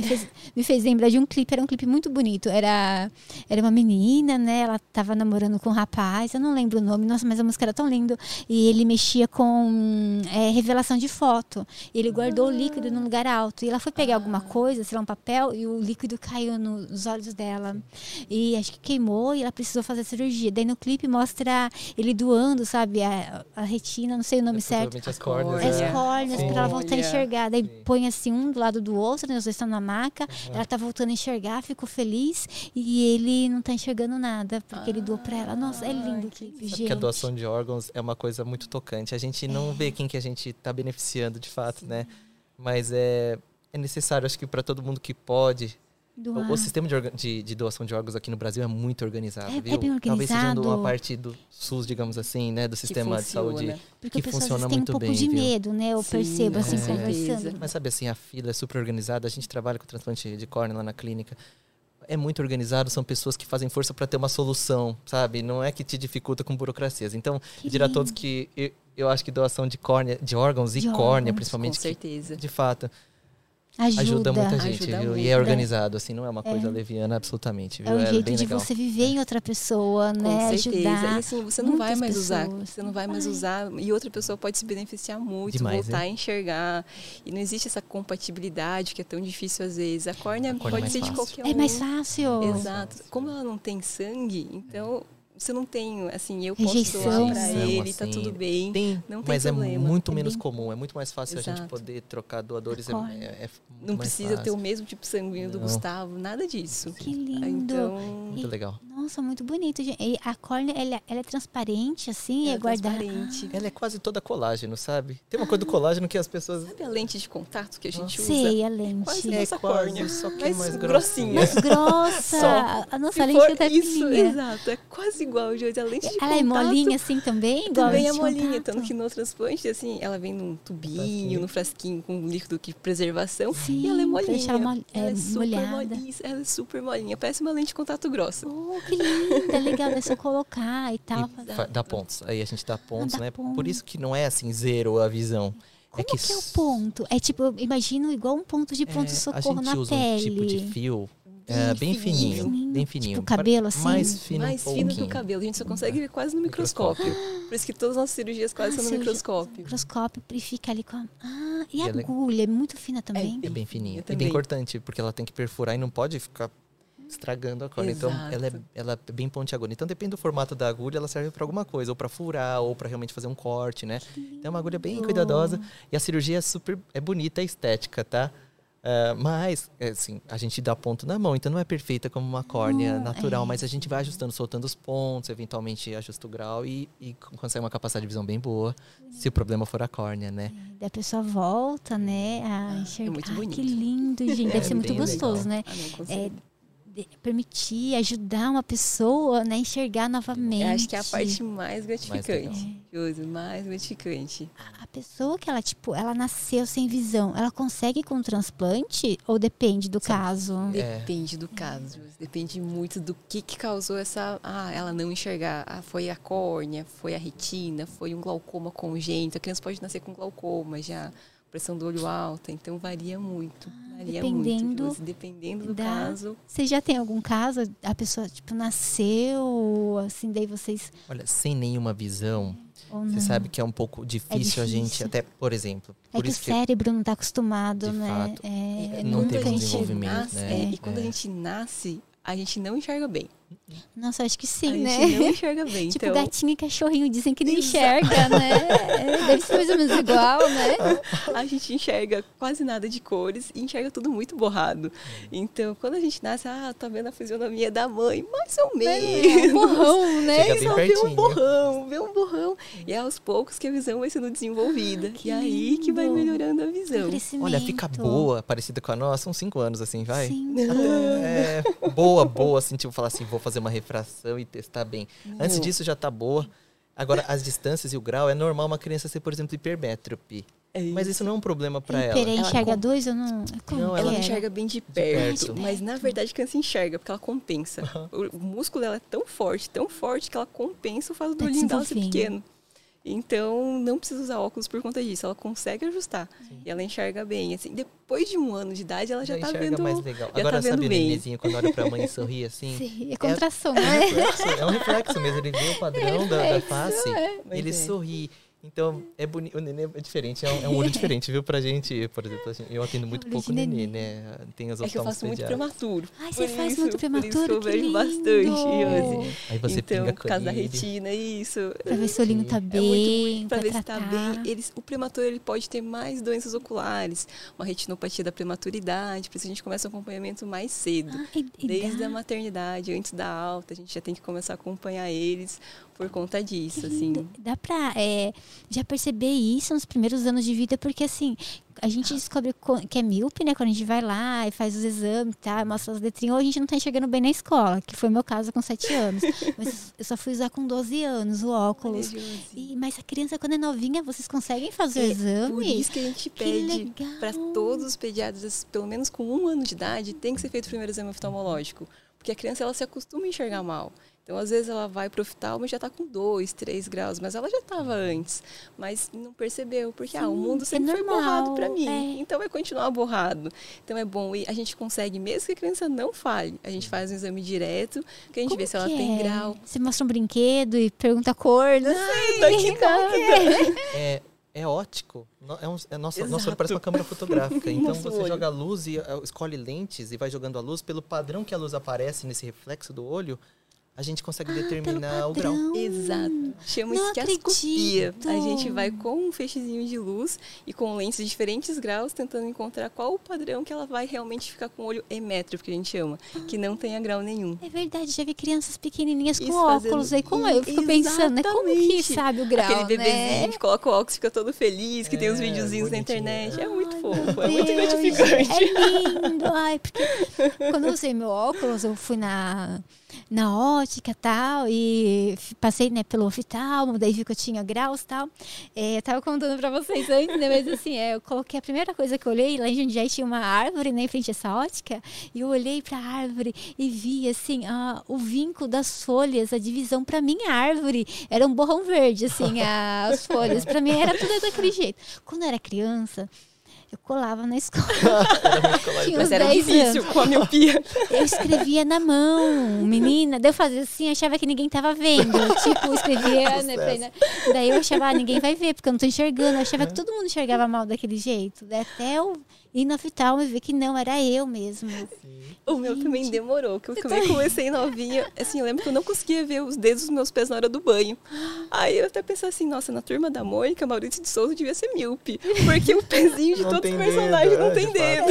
Me fez lembrar de um clipe, era um clipe muito bonito. Era uma menina, né? Ela tava namorando com um rapaz, eu não lembro o nome, nossa, mas a música era tão linda. E ele mexia com revelação de foto. E ele guardou o líquido num lugar alto. E ela foi pegar alguma coisa, sei lá, um papel, e o líquido caiu nos olhos dela. E acho que queimou e ela precisou fazer a cirurgia. Daí no clipe mostra ele doando, sabe, a retina, não sei o nome certo. Provavelmente as córneas. As né? córneas, Sim. pra ela voltar a Olha. enxergar. Daí Sim. põe assim um do lado do outro, né? Os dois estão na maca. Ela tá voltando a enxergar, ficou feliz. E ele não tá enxergando nada, porque ele doou pra ela. Nossa, é lindo o clipe, Sabe gente. que a doação de órgãos é uma coisa muito tocante. A gente não vê quem que a gente tá beneficiando de fato, né? Mas é necessário, acho que para todo mundo que pode. Doar. O sistema de doação de órgãos aqui no Brasil é muito organizado, É viu? bem Talvez seja organizado. uma parte do SUS, digamos assim, né? Do sistema de saúde. Porque que o pessoal às funciona vezes tem um muito pouco bem, de viu? medo, né? Eu Sim, percebo, assim, com conversando. certeza. Mas sabe assim, a fila é super organizada. A gente trabalha com transplante de córnea lá na clínica. É muito organizado, são pessoas que fazem força para ter uma solução, sabe? Não é que te dificulta com burocracias. Então, Que dirá a todos lindo. que eu acho que doação de córnea, de órgãos De e córnea, órgãos, Com principalmente, que, certeza. de fato, Ajuda. ajuda muita gente, Ajuda viu? muito, E é né? organizado, assim, não é uma coisa leviana, absolutamente, viu? É um jeito bem de legal. você viver em outra pessoa, Com né? certeza. Ajudar. E assim, você não vai muitas mais usar. pessoas. Você não vai mais usar. E outra pessoa pode se beneficiar muito, Demais, voltar né? a enxergar. E não existe essa compatibilidade que é tão difícil às vezes. A córnea A córnea é pode mais ser de fácil. qualquer um. É mais fácil. Exato. Como ela não tem sangue, então você não tem, assim, eu posso Rejeição, doar pra né? ele, tá Assim, tudo bem. Tem, Não tem mas problema. é muito É menos bem- comum, é muito mais fácil a gente Exato. poder trocar doadores. A córnea. É muito Não mais precisa ter fácil. o mesmo tipo sanguíneo do Não. Gustavo, nada disso. Que lindo. Então, Muito legal. Nossa, muito bonito, gente. E a córnea, ela é transparente, assim, é é guardada. transparente. Ela é quase toda colágeno, sabe? Tem uma coisa do colágeno que as pessoas... Sabe a lente de contato que a gente usa? Sei, a lente. Quase É nossa quase, córnea, só que mas mais grossinha. Mais grossa. Só. A nossa Se lente for até isso, pequenininha. exato. É quase igual, Josi. A lente de Ela é contato molinha assim também? Igual a também lente é de molinha. contato? Tanto que no transplante, assim, ela vem num tubinho, Frasquinho. no frasquinho com líquido de preservação. Sim, e ela é pra molinha. deixar ela ela é super molhada. molinha. Ela é super molinha. Parece uma lente de contato grossa. Oh, que linda, legal. É só colocar e tal. E dá pontos. Aí a gente dá pontos, dá né? pontos. Por isso que não é assim, zero a visão. Como que é o ponto? É tipo, eu imagino igual um ponto de A pronto-socorro na gente usa pele. um tipo de fio bem fininho. fininho. Bem fininho. Tipo cabelo, assim? Mais fino Mais um fino que o pouquinho. cabelo. A gente só consegue ver quase no microscópio. Por isso que todas as nossas cirurgias quase são no cirurgia- microscópio. Microscópio e fica ali com a... Ah, e a E ela é- agulha? É muito fina também? É bem fininha. E também. bem cortante, porque ela tem que perfurar e não pode ficar estragando a córnea. Então, Exato. ela é bem pontiaguda. Então, depende do formato da agulha, ela serve para alguma coisa. Ou para furar, ou para realmente fazer um corte, né? Então, é uma agulha bem cuidadosa. E a cirurgia é bonita, é estética, tá? Mas, assim, a gente dá ponto na mão. Então, não é perfeita como uma córnea natural. Mas a gente vai ajustando, soltando os pontos. Eventualmente, ajusta o grau e consegue uma capacidade de visão bem boa. Se o problema for a córnea, né? Daí a pessoa volta, né, a enxergar. muito Ai, bonito. que lindo, gente. Deve ser muito bem gostoso, legal. né? Ah, não, com certeza. Permitir, ajudar uma pessoa, né, a enxergar novamente. Eu acho que é a parte mais legal. gratificante. Josi, mais gratificante. A pessoa que ela, tipo, ela nasceu sem visão, ela consegue com o transplante ou depende do caso? Depende do caso, Josi. Depende muito do que causou essa... ela não enxergar. Foi a córnea, foi a retina, foi um glaucoma congênito. A criança pode nascer com glaucoma já. Pressão do olho alta. Então, varia muito. Varia dependendo muito, Josi. Dependendo do caso. Você já tem algum caso? A pessoa, tipo, nasceu, assim, daí vocês... Olha, sem nenhuma visão, Ou você não? sabe que é um pouco difícil a gente, difícil. até, por exemplo... É Por que o isso que cérebro não está acostumado, De né? fato, nunca não Quando teve a a gente gente... desenvolvimento, nasce, né? E quando a gente nasce, a gente não enxerga bem. Nossa, acho que sim, A né? gente não enxerga bem. Tipo, então, gatinho e cachorrinho dizem que não enxerga, né? Deve ser mais ou menos igual, né? a gente enxerga quase nada de cores e enxerga tudo muito borrado. Então, quando a gente nasce, tá vendo a fisionomia da mãe? Mais ou menos. Um borrão, né? Chega bem Só vê pertinho. vê um borrão. E é aos poucos que a visão vai sendo desenvolvida. Que e aí que vai lindo. melhorando a visão. Olha, fica boa, parecida com a nossa, uns 5 anos, assim, vai. Sim. Boa, assim, tipo, falar assim, vou fazer uma refração e testar bem. Antes disso já tá boa. Agora, as distâncias e o grau, é normal uma criança ser, por exemplo, hipermétrope. Mas isso não é um problema pra ela. Peraí, enxerga dois ou não? Como Não, que Ela era? enxerga bem de perto, perto. mas na verdade a criança enxerga, porque ela compensa. O músculo dela é tão forte que ela compensa o fato do Tá olhinho dela ser desenvolvendo. pequeno. Então, não precisa usar óculos por conta disso. Ela consegue ajustar. E ela enxerga bem. Assim, depois de 1 ano de idade, ela já tá enxerga vendo mais legal. já Agora, tá vendo sabe o bem. nenenzinho quando olha pra mãe e sorri assim? Sim, é contração, É né? um reflexo mesmo. Ele vê o padrão da face, Mas ele é. sorri. Então, é bonito. O neném é diferente, é um olho diferente, viu? Pra gente, por exemplo, eu atendo muito Olho pouco de neném, neném. né? Tem os É que eu faço muito oftalmos prematuro. Ai, você Por faz isso- muito Por isso que prematuro, eu que vejo lindo. bastante, Josi. Aí você Então, pinga por causa da colírio. retina, isso. Pra ver se o olhinho tá É muito bem, bom pra ver se tá tratar. bem. O prematuro ele pode ter mais doenças oculares, uma retinopatia da prematuridade, por isso a gente começa o acompanhamento mais cedo. E Desde dá- a maternidade, antes da alta, a gente já tem que começar a acompanhar eles por conta disso, assim. Dá pra já perceber isso nos primeiros anos de vida, porque assim, a gente descobre que é míope, né? Quando a gente vai lá e faz os exames, tá? Mostra as letrinhas, ou a gente não tá enxergando bem na escola, que foi o meu caso com 7 anos. Mas eu só fui usar com 12 anos o óculos. Mas a criança, quando é novinha, vocês conseguem fazer o exame? Por isso que a gente pede legal. para todos os pediatras, pelo menos com 1 ano de idade, tem que ser feito o primeiro exame oftalmológico. Porque a criança ela se acostuma a enxergar mal. Então, às vezes, ela vai para o oftalmo e já está com 2, 3 graus, mas ela já estava antes. Mas não percebeu, porque o mundo sempre foi normal, borrado para mim. é. Então, vai continuar borrado. Então, é bom. E a gente consegue, mesmo que a criança não fale, a gente faz um exame direto, que a gente vê se ela que tem é? grau. Você mostra um brinquedo e pergunta a cor, não sei. daqui como que É ótico. Nosso Exato. olho parece uma câmera fotográfica. Então Nosso você olho. joga a luz e escolhe lentes e vai jogando a luz. Pelo padrão que a luz aparece nesse reflexo do olho, a gente consegue determinar o grau. Exato. Chama Não esquiascopia. acredito. A gente vai com um feixezinho de luz e com lentes de diferentes graus, tentando encontrar qual o padrão que ela vai realmente ficar com o olho emétrico, que a gente chama, que não tenha grau nenhum. É verdade, já vi crianças pequenininhas com Isso, óculos fazendo- aí, como eu fico pensando, né? Como que Exatamente. sabe o grau, Aquele bebezinho né? que coloca o óculos, fica todo feliz, que tem os É, videozinhos na bonitinho, internet. é. É muito Ai, fofo, meu é muito Deus, gratificante. É lindo. Ai, porque quando eu usei meu óculos, eu fui na ótica e tal, e passei, né, pelo oftalmo, daí vi que eu tinha graus e tal. Eu tava contando pra vocês antes, né, mas assim, eu coloquei a primeira coisa que eu olhei, lá em Jundiaí tinha uma árvore, né, em frente a essa ótica, e eu olhei pra árvore e vi, assim, o vinco das folhas, a divisão pra minha árvore, era um borrão verde, assim, as folhas. Pra mim era tudo daquele jeito. Quando eu era criança, eu colava na escola. Tinha uns Mas era 10 difícil anos. com a miopia. Eu escrevia na mão, menina. Daí eu fazia assim, achava que ninguém tava vendo. Tipo, escrevia, né? Daí eu achava, ninguém vai ver, porque eu não tô enxergando. Eu achava que todo mundo enxergava mal daquele jeito. Daí até eu ir no oftalmo e ver que não, era eu mesmo. O meu também demorou, que eu também comecei novinha. Assim, eu lembro que eu não conseguia ver os dedos dos meus pés na hora do banho. Aí eu até pensei assim, nossa, na Turma da Mônica, Maurício de Souza devia ser míope. Porque o pezinho de Não todos tem os personagens dedo, não é, tem de dedo.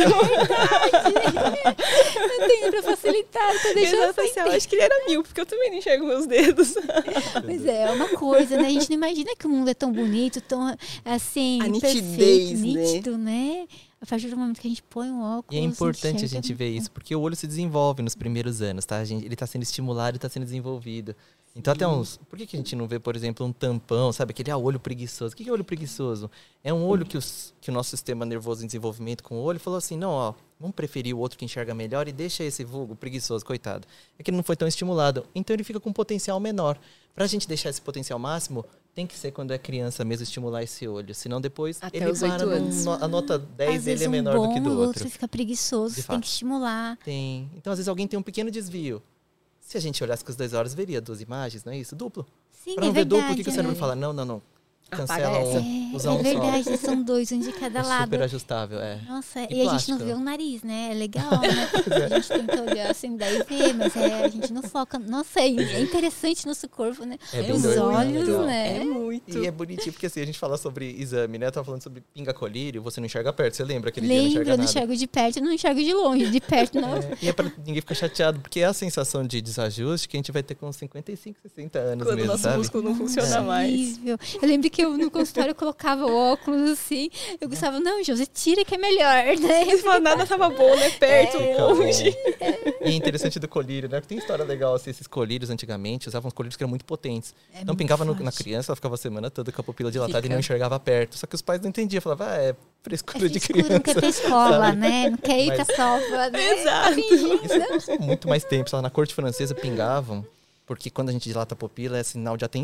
Eu tenho pra facilitar, pra deixar Eu pensei, eu acho que ele era míope, porque eu também não enxergo meus dedos. Mas é uma coisa, né? A gente não imagina que o mundo é tão bonito, tão assim, A perfeito, nitidez, né? nítido, né? A partir do momento que a gente põe um óculos. E é importante a enxerga gente muito. ver isso, porque o olho se desenvolve nos primeiros anos, tá? Ele está sendo estimulado e está sendo desenvolvido. Então, até uns... Por que a gente não vê, por exemplo, um tampão, sabe? Aquele olho preguiçoso. O que é olho preguiçoso? É um olho que o nosso sistema nervoso em desenvolvimento com o olho falou assim, não, ó, vamos preferir o outro que enxerga melhor e deixa esse vulgo preguiçoso, coitado. É que ele não foi tão estimulado. Então, ele fica com um potencial menor. Pra gente deixar esse potencial máximo, tem que ser quando é criança mesmo estimular esse olho. Senão, depois, Até ele os 8 para anos. a nota 10 Às dele vezes é menor do que do o outro. fica preguiçoso, De você tem fato. que estimular. Tem. Então, às vezes, alguém tem um pequeno desvio. Se a gente olhasse com os 2 olhos, veria 2 imagens, não é isso? Duplo. Sim, Pra é não ver verdade. duplo, o que o cérebro é. fala? Não. Apaga Cancela essa. usa É um verdade, são 2, um de cada só. É lado. super ajustável, é. Nossa, E e a gente não plástico. vê o nariz, né? É legal, né? A gente tenta olhar assim, daí vê, mas a gente não foca. Nossa, é interessante nosso corpo, né? É bem Os doido, olhos, legal. né? É muito. E é bonitinho, porque assim, a gente fala sobre exame, né? Eu tava falando sobre pinga colírio, você não enxerga perto. Você lembra aquele dia não Lembro, enxerga eu não nada? enxergo de perto, eu não enxergo de longe. De perto, não. E é pra ninguém ficar chateado, porque é a sensação de desajuste que a gente vai ter com uns 55, 60 anos Quando o mesmo, nosso sabe? músculo não funciona É mais. horrível. Eu lembro que eu no consultório eu colocava o óculos assim. Eu gostava, não, José, tira que é melhor, né? Você fala, nada tava bom, né? Perto, Fica longe. bom. E é interessante do colírio, né? Porque tem história legal, assim, esses colírios antigamente usavam uns colírios que eram muito potentes. Então muito pingava na forte. criança, ela ficava a semana toda com a pupila dilatada Fica. e não enxergava perto. Só que os pais não entendiam, falavam, é frescura de Frescura, criança. não quer ir pra escola, sabe? né? Não quer ir Mas- pra sova, né? Exato. Isso é muito mais tempo. Lá na corte francesa pingavam, porque quando a gente dilata a pupila é sinal de atenção.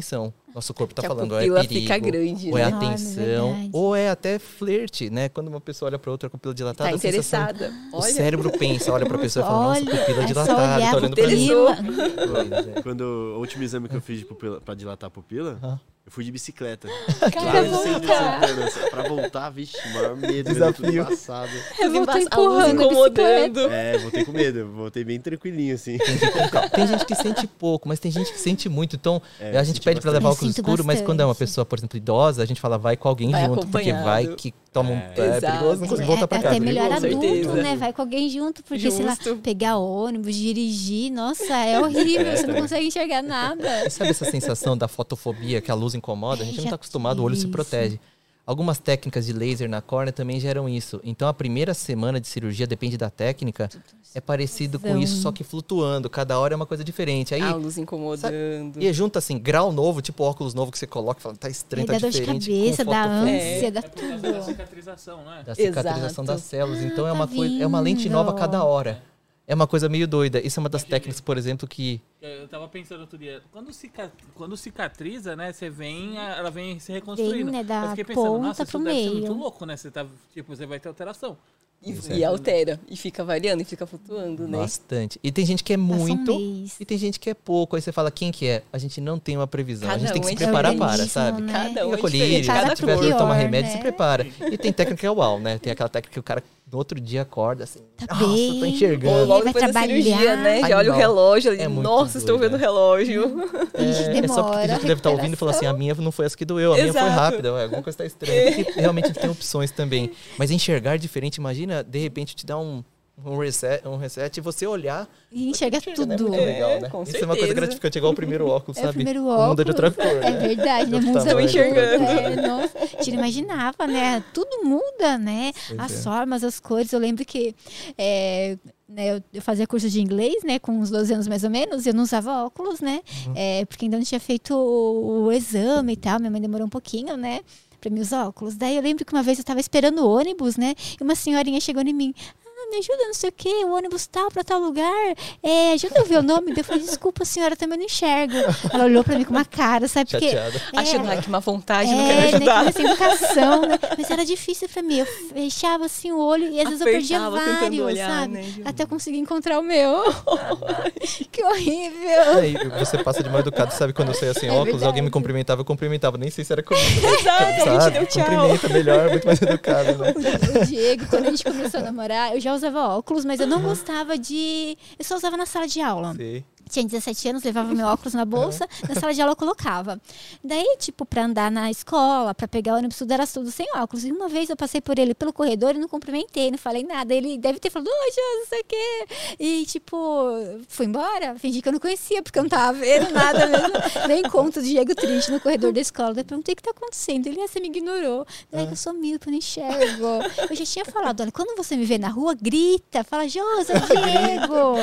Nosso corpo tá Que a falando, ou é pupila perigo, fica grande, ou é né? atenção, verdade. ou é até flerte, né? Quando uma pessoa olha pra outra com a pupila dilatada, Tá a sensação- interessada. o Olha, cérebro pensa, olha pra pessoa e fala, nossa, Olha, pupila é só dilatada, olhar tá a olhando pra mim. pupila. Pois é. Quando o último exame que eu fiz de pupila, pra dilatar a pupila, Aham. eu fui de bicicleta. Cara, Lá no centro de voltar. Santana. Pra voltar, vixe, maior medo. Desafio. Medo tudo passado. Eu voltei a luz empurrando a incomodando. É, voltei com medo. Voltei bem tranquilinho, assim. Tem gente que sente pouco, mas tem gente que sente muito. Então, É, a gente senti pede pra bastante. levar Eu óculos sinto escuro, mas quando é uma bastante. pessoa, por exemplo, idosa, a gente fala, vai com alguém Vai junto, porque acompanhado. vai que toma um... É Exato. perigoso, não consigo voltar pra casa. Até melhor Com adulto, certeza. né? Vai com alguém junto, porque sei lá, Justo. pegar ônibus, dirigir, nossa, é horrível, você não consegue enxergar nada. E sabe essa sensação da fotofobia, que a luz incomoda? A gente não já tá acostumado, o olho se tive protege. Algumas técnicas de laser na córnea também geram isso. Então, a primeira semana de cirurgia, depende da técnica, é parecido com isso, só que flutuando. Cada hora é uma coisa diferente. Aí, A luz incomodando. e junta assim, grau novo, tipo óculos novo que você coloca e fala, tá estranho, Aí tá dá dor de diferente. cabeça, com dá fotofobia. ânsia, dá É por causa da tudo. cicatrização, não é? Da cicatrização Exato. das células. Então, é tá uma coisa, é uma lente nova a vendo? cada hora. É uma coisa meio doida. Isso é uma das técnicas, por exemplo, que... Eu tava pensando outro dia, quando cicatriza, né, ela vem se reconstruindo. Vem, né, da eu fiquei pensando, ponta nossa, isso pro deve ser meio. muito louco, né? Você tá, tipo, você vai ter alteração. E altera. E fica variando e fica flutuando, né? Bastante. E tem gente que é Passa um muito mês. e tem gente que é pouco. Aí você fala, quem que é? A gente não tem uma previsão. A gente Cada tem que um se é preparar diferente. para, sabe? Né? Cada um Pega é colírio, diferente. se Cada tiver dor, pior, toma remédio, né? se prepara. E tem técnica que é uau, né? Tem aquela técnica que o cara no outro dia acorda assim, Tá nossa, tô bem. Ou enxergando. logo vai depois da cirurgia, trabalhar. né? Já olha o Animal. relógio ali. É muito Nossa, estou doido, vendo o é. relógio. É só porque a gente deve estar ouvindo e falar assim, a minha não foi essa que doeu, a minha foi Exato. rápida, ué, alguma coisa tá estranha. Porque realmente tem opções também. Mas enxergar diferente, imagina, de repente te dá um reset e você olhar E enxerga enxerga, né? tudo. Muito legal, né? com Isso é uma coisa certeza. gratificante, igual o primeiro óculos, É o sabe? primeiro O mundo é de outra óculos. cor, né? É verdade, né? De outro Muda tamanho, enxergando. Nossa, a gente não imaginava, né? Tudo muda, né? Pois As é. formas, as cores. Eu lembro que né, eu fazia curso de inglês, né? Com uns 12 anos mais ou menos. Eu não usava óculos, né? Porque ainda não tinha feito o exame e tal. Minha mãe demorou um pouquinho, né? Pra me usar óculos. Daí eu lembro que uma vez eu tava esperando o ônibus, né? E uma senhorinha chegou em mim. Me ajuda, não sei o quê, o ônibus tal, pra tal lugar. Ajuda eu ver o nome. Eu falei, desculpa, senhora, também não enxergo. Ela olhou pra mim com uma cara, sabe? Porque Chateada. Achando que uma vontade, não quero né, ajudar. que essa educação, né? Mas era difícil pra mim. Eu fechava assim o olho e às vezes eu perdia Apertava, tentando vários, olhar, sabe? né, Ju? Até eu conseguir encontrar o meu. Que horrível. Aí você passa de mal educado, sabe? Quando eu saía sem óculos, verdade. alguém me cumprimentava, eu cumprimentava. Nem sei se era comigo. Exato, a gente sabe? deu tchau. Cumprimenta melhor, muito mais educado, né? O Diego, quando a gente começou a namorar, eu já usava óculos, mas eu não gostava de... Eu só usava na sala de aula. Sei. Tinha 17 anos, levava meu óculos na bolsa, na sala de aula eu colocava. Daí, tipo, pra andar na escola, pra pegar ônibus, tudo era tudo sem óculos. E uma vez eu passei por ele pelo corredor e não cumprimentei, não falei nada. Ele deve ter falado, oi, Jô, não sei o quê. E, tipo, fui embora, fingi que eu não conhecia, porque eu não tava vendo nada mesmo. Nem conto do Diego triste no corredor da escola. Daí eu perguntei o que tá acontecendo. Ele, você me ignorou. Daí que eu sou míope, eu não enxergo. Eu já tinha falado, olha, quando você me vê na rua, grita, fala, Josa, Diego.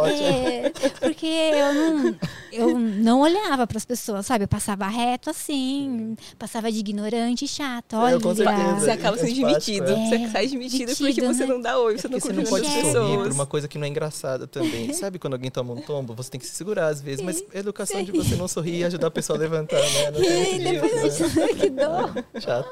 Porque eu não olhava para as pessoas, sabe? Eu passava reto assim, passava de ignorante e chato. Olha, com certeza. Você acaba sendo Antipático, demitido. é. Você sai demitido porque Metido, você né? não dá oi, você não Porque você não cumprimenta pode as sorrir por pessoas. uma coisa que não é engraçada também. Sabe quando alguém toma um tombo, você tem que se segurar às vezes. Mas a educação de você não sorrir e ajudar a pessoa a levantar, né? Não tem muito Depois disso, né? que dó. Chato.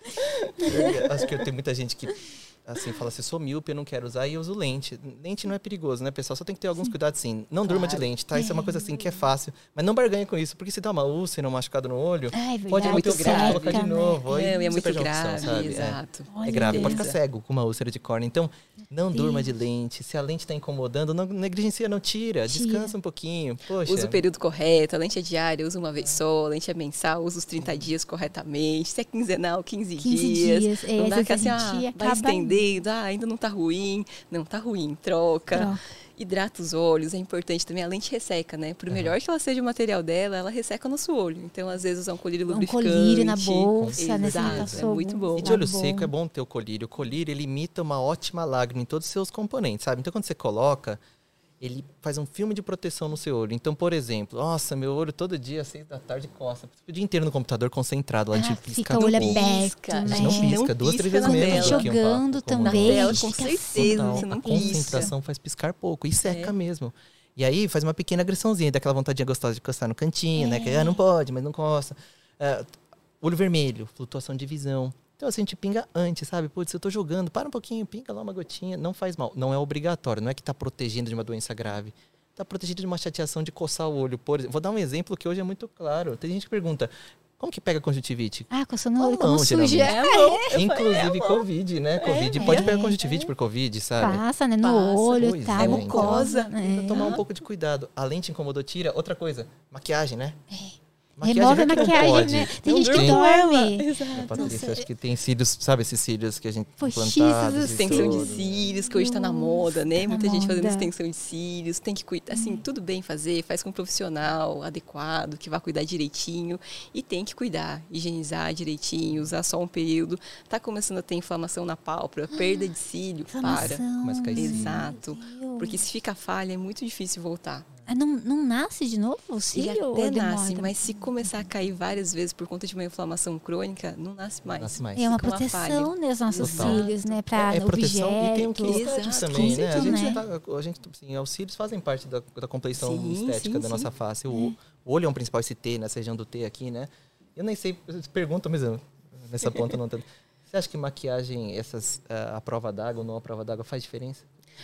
Acho que tem muita gente que assim, fala assim, sou míope, eu não quero usar e eu uso lente. Lente não é perigoso, né, pessoal? Só tem que ter alguns cuidados, sim. Não durma de lente, tá? Isso é uma coisa assim que é fácil. Mas não barganha com isso, porque se dá uma úlcera, um machucado no olho, Ai, verdade, pode manter o grave e colocar de seca, novo. Aí É, e é você muito perde a opção, grave, sabe? exato. É grave, pode ficar Beleza. cego com uma úlcera de córnea. Então, não durma de lente. Se a lente está incomodando, não negligencia, não tira. Descansa um pouquinho. Poxa. Usa o período correto, a lente é diária, usa uma vez só, a lente é mensal, usa os 30 dias corretamente. Se é quinzenal, 15 dias. É, Não às dá vezes que assim, a gente vai acaba- estendendo, ainda não tá ruim. Não tá ruim, troca. Hidrata os olhos, é importante também. A lente resseca, né? Por melhor que ela seja o material dela, ela resseca o nosso olho. Então, às vezes, usar um colírio Um lubrificante. colírio na bolsa, né? Você não Exato, passou é muito bom. E de olho Tá bom. seco é bom ter o colírio. O colírio, ele imita uma ótima lágrima em todos os seus componentes, sabe? Então, quando você coloca, ele faz um filme de proteção no seu olho. Então, por exemplo, nossa, meu olho todo dia, às 6 da tarde, coça. O dia inteiro no computador, concentrado lá, a gente pisca fica o olho pouco. aberto, A né? gente não pisca, Não 2, 3 pisca vezes na menos tela. do que um Jogando papo comum. também. Na tela, gente, com fica certeza. Total. Você não A pisca. concentração faz piscar pouco e seca mesmo. E aí faz uma pequena agressãozinha, daquela vontadinha gostosa de encostar no cantinho, né? Que não pode, mas não encosta. Olho vermelho, flutuação de visão. Então, assim, a gente pinga antes, sabe? Putz, eu tô jogando, para um pouquinho, pinga lá uma gotinha. Não faz mal. Não é obrigatório, não é que tá protegendo de uma doença grave. Tá protegido de uma chateação de coçar o olho. Por exemplo, vou dar um exemplo que hoje é muito claro. Tem gente que pergunta, como que pega conjuntivite? Coçando o olho, Com a mão, como suja. geralmente. Inclusive Covid, né? Covid pode pegar conjuntivite por Covid, sabe? Passa, né? No Passa, olho pois e tal, é, mucosa. Precisa tomar um pouco de cuidado. A lente incomodou, tira. Outra coisa, maquiagem, né? Remove a vê que não maquiagem, pode. né? Tem Não gente que tem. dorme. Exato. Patrícia, acho que tem cílios, sabe esses cílios que a gente Postiços, implantados e Extensão de tudo. cílios, que hoje tá na moda, né? tá Muita na gente fazendo moda. extensão de cílios. Tem que cuidar, assim, tudo bem fazer, faz com um profissional adequado, que vai cuidar direitinho. E tem que cuidar, higienizar direitinho, usar só um período. Tá começando a ter inflamação na pálpebra, perda de cílio, para. Inflamação. Começa a cair cílio. Exato. Deus. Porque se fica falha, é muito difícil voltar. Não nasce de novo o Ele cílio? até ou demora nasce, também? mas se começar a cair várias vezes por conta de uma inflamação crônica, não nasce mais. Nasce mais. É uma fica uma proteção, né, os nossos Total. cílios, né? Pra É proteção e tem um objeto. quilo estético Exato, também, com né? A certeza, gente, né? a gente assim, os cílios fazem parte da compleição Sim, estética sim, da sim. nossa face. O olho é um principal, esse T, nessa região do T aqui, né? Eu nem sei, pergunta mesmo, nessa ponta não tanto. Você acha que maquiagem, a prova d'água ou não a prova d'água faz diferença?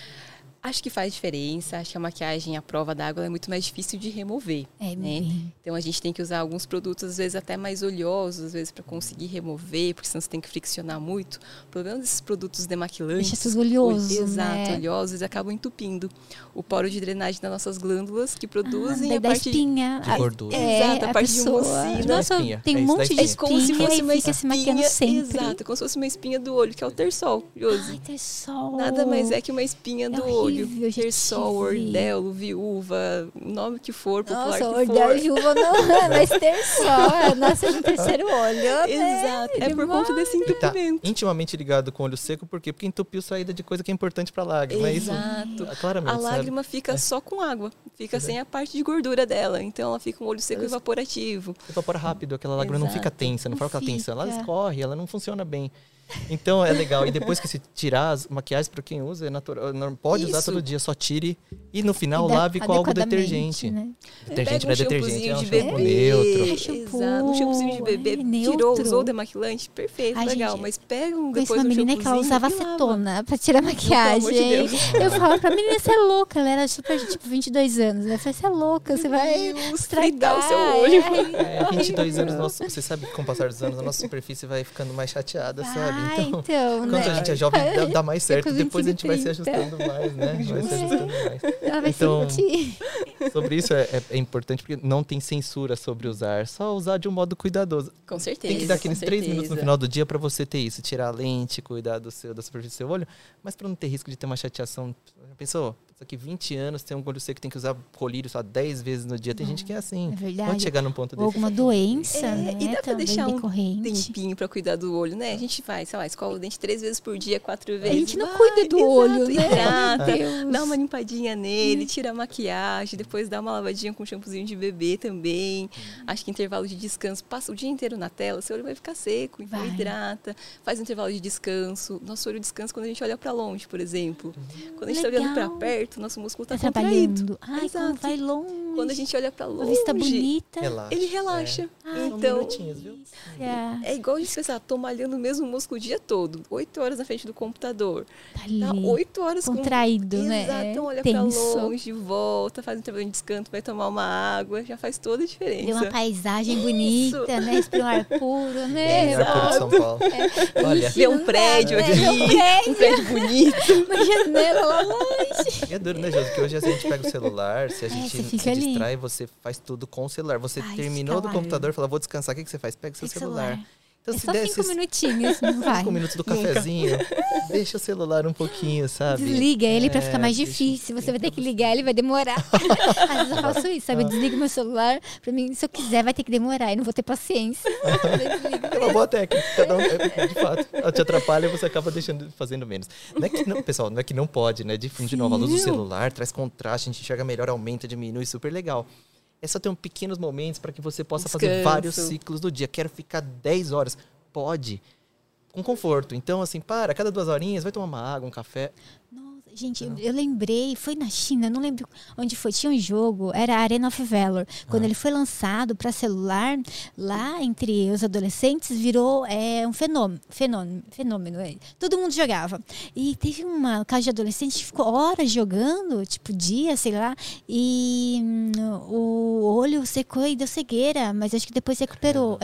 Acho que faz diferença. Acho que a maquiagem à prova d'água é muito mais difícil de remover. É, né? bem. Então a gente tem que usar alguns produtos, às vezes até mais oleosos, às vezes para conseguir remover, porque senão você tem que friccionar muito. O problema desses produtos demaquilantes. Deixa tudo oleoso, Exato, né? oleosos, eles acabam entupindo o poro de drenagem das nossas glândulas que produzem daí a da parte espinha. de gordura. Exato, a parte de pessoa. mucina. Nossa, Espinha. tem É um isso da monte de espinha. É como se espinha fosse e uma fica se maquiando espinha, sempre. exato, como se fosse uma espinha do olho, que é o terçol, Josi. Ai, terçol. Nada mais é que uma espinha do horrível, olho. já Terçol, tive. ordelo, viúva, o nome que for, popular Nossa, que ordel for. e viúva não, mas terçol. Nasce no terceiro olho, né? Exato, é por conta desse E tá entupimento. intimamente ligado com o olho seco, por quê? Porque entupiu saída de coisa que é importante pra lágrima. É isso, Exato. claramente, A sabe? lágrima fica só com água, fica sem a parte de gordura dela. Então ela fica um olho seco evaporativo. Evapora rápido, aquela lágrima não fica Exato. tensa, não fica aquela tensão. Ela fica. escorre, ela não funciona bem. Então é legal. E depois que se tirar as maquiagens, para quem usa, é natural. Pode usar Isso. todo dia, só tire. E no final E lave com algo adequadamente, detergente. né? Detergente Pega não é um detergente, é um shampoozinho de shampoo bebê. neutro. Shampoo. Exato, um shampoozinho de bebê, Ai, tirou, neutro. usou o demaquilante, perfeito, Ai, legal. gente, Mas pega Conheci depois uma um menina que ela shampoozinho usava e lava. acetona pra tirar Pelo amor maquiagem. de Deus. Eu falava pra menina, você é louca. Ela era super, tipo, 22 anos. Eu falei, você é louca, você vai Deus, estragar fritar o seu olho. É, 22 anos, você sabe que com o passar dos anos, a nossa superfície vai ficando mais chateada, sabe? Então, então, enquanto a né? gente é jovem, dá mais certo. com Depois a gente vai se 25, ajustando mais, né? Vai se ajustando mais. Ela vai Então, sentir. sobre isso é importante, porque não tem censura sobre usar. Só usar de um modo cuidadoso. Com certeza. Tem que dar aqueles com 3 minutos no certeza. final do dia pra você ter isso. Tirar a lente, cuidar da superfície do seu olho. Mas pra não ter risco de ter uma chateação. Já pensou? Isso aqui 20 anos, tem um olho seco que tem que usar colírio só 10 vezes no dia. Tem gente que é assim. É verdade. Pode chegar num ponto Ou desse. alguma doença, né? E dá pra também deixar um decorrente. tempinho pra cuidar do olho, né? A gente vai, sei lá, escova o dente 3 vezes por dia, 4 vezes. A gente não Vai, cuida do exato, olho, né? Hidrata, Meu Deus. dá uma limpadinha nele, tira a maquiagem, depois dá uma lavadinha com shampoozinho de bebê também. Acho que intervalo de descanso, passa o dia inteiro na tela, seu olho vai ficar seco, então Vai. hidrata, faz um intervalo de descanso. Nosso olho descansa quando a gente olha pra longe, por exemplo. Quando a gente tá olhando pra Legal. perto, nosso músculo tá Tá contraído. trabalhando. Ai, quando Exato. vai longe. Quando a gente olha pra A longe, vista bonita. Relaxa. ele relaxa. Ai, São Então, minutinhos, viu? é igual a gente pensar, tô malhando o mesmo músculo o dia todo, 8 horas na frente do computador. Tá ali. Tá 8 horas Contraído, com... né? Exato, então olha Tenso. pra longe, volta, faz um intervalo de descanso, vai tomar uma água, já faz toda a diferença. Vê uma paisagem bonita, né? Respira um ar puro, né? Melhor cor de São Paulo. Olha, Ver um prédio né? aqui, um prédio bonito. Uma janela lá longe. e é duro, né, Josi? Porque hoje a gente pega o celular, se a gente você se fica ali. distrai, você faz tudo com o celular. Você Ai, terminou fica do lá. computador e fala, vou descansar, o que você faz? Pega o seu Pega o celular. celular. Então, É se só der 5 esses minutinhos, não vai. 5 minutos do cafezinho, deixa o celular um pouquinho, sabe? Desliga ele pra ficar mais deixa- difícil. Você vai ter que ligar, ele vai demorar. Às vezes eu faço isso, sabe? Eu desligo meu celular. Pra mim, se eu quiser, vai ter que demorar. E não vou ter paciência. Eu desligo. É uma boa técnica. Cada um, de fato, ela te atrapalha e você acaba fazendo menos. Não é que não, pessoal, não é que não pode, né? De novo, a luz do celular traz contraste, a gente enxerga melhor, aumenta, diminui, super legal. É só ter um pequenos momentos para que você possa fazer Descanso. vários ciclos do dia. Quero ficar 10 horas. Pode. Com conforto. Então, assim, cada 2 horinhas, vai tomar uma água, um café. Nossa, Gente, eu lembrei, foi na China, não lembro onde foi. Tinha um jogo, era Arena of Valor. Quando ele foi lançado para celular, lá entre os adolescentes, virou um fenômeno. Todo mundo jogava. E teve uma casa de adolescente que ficou horas jogando, tipo dias, sei lá, e o olho secou e deu cegueira, mas acho que depois recuperou.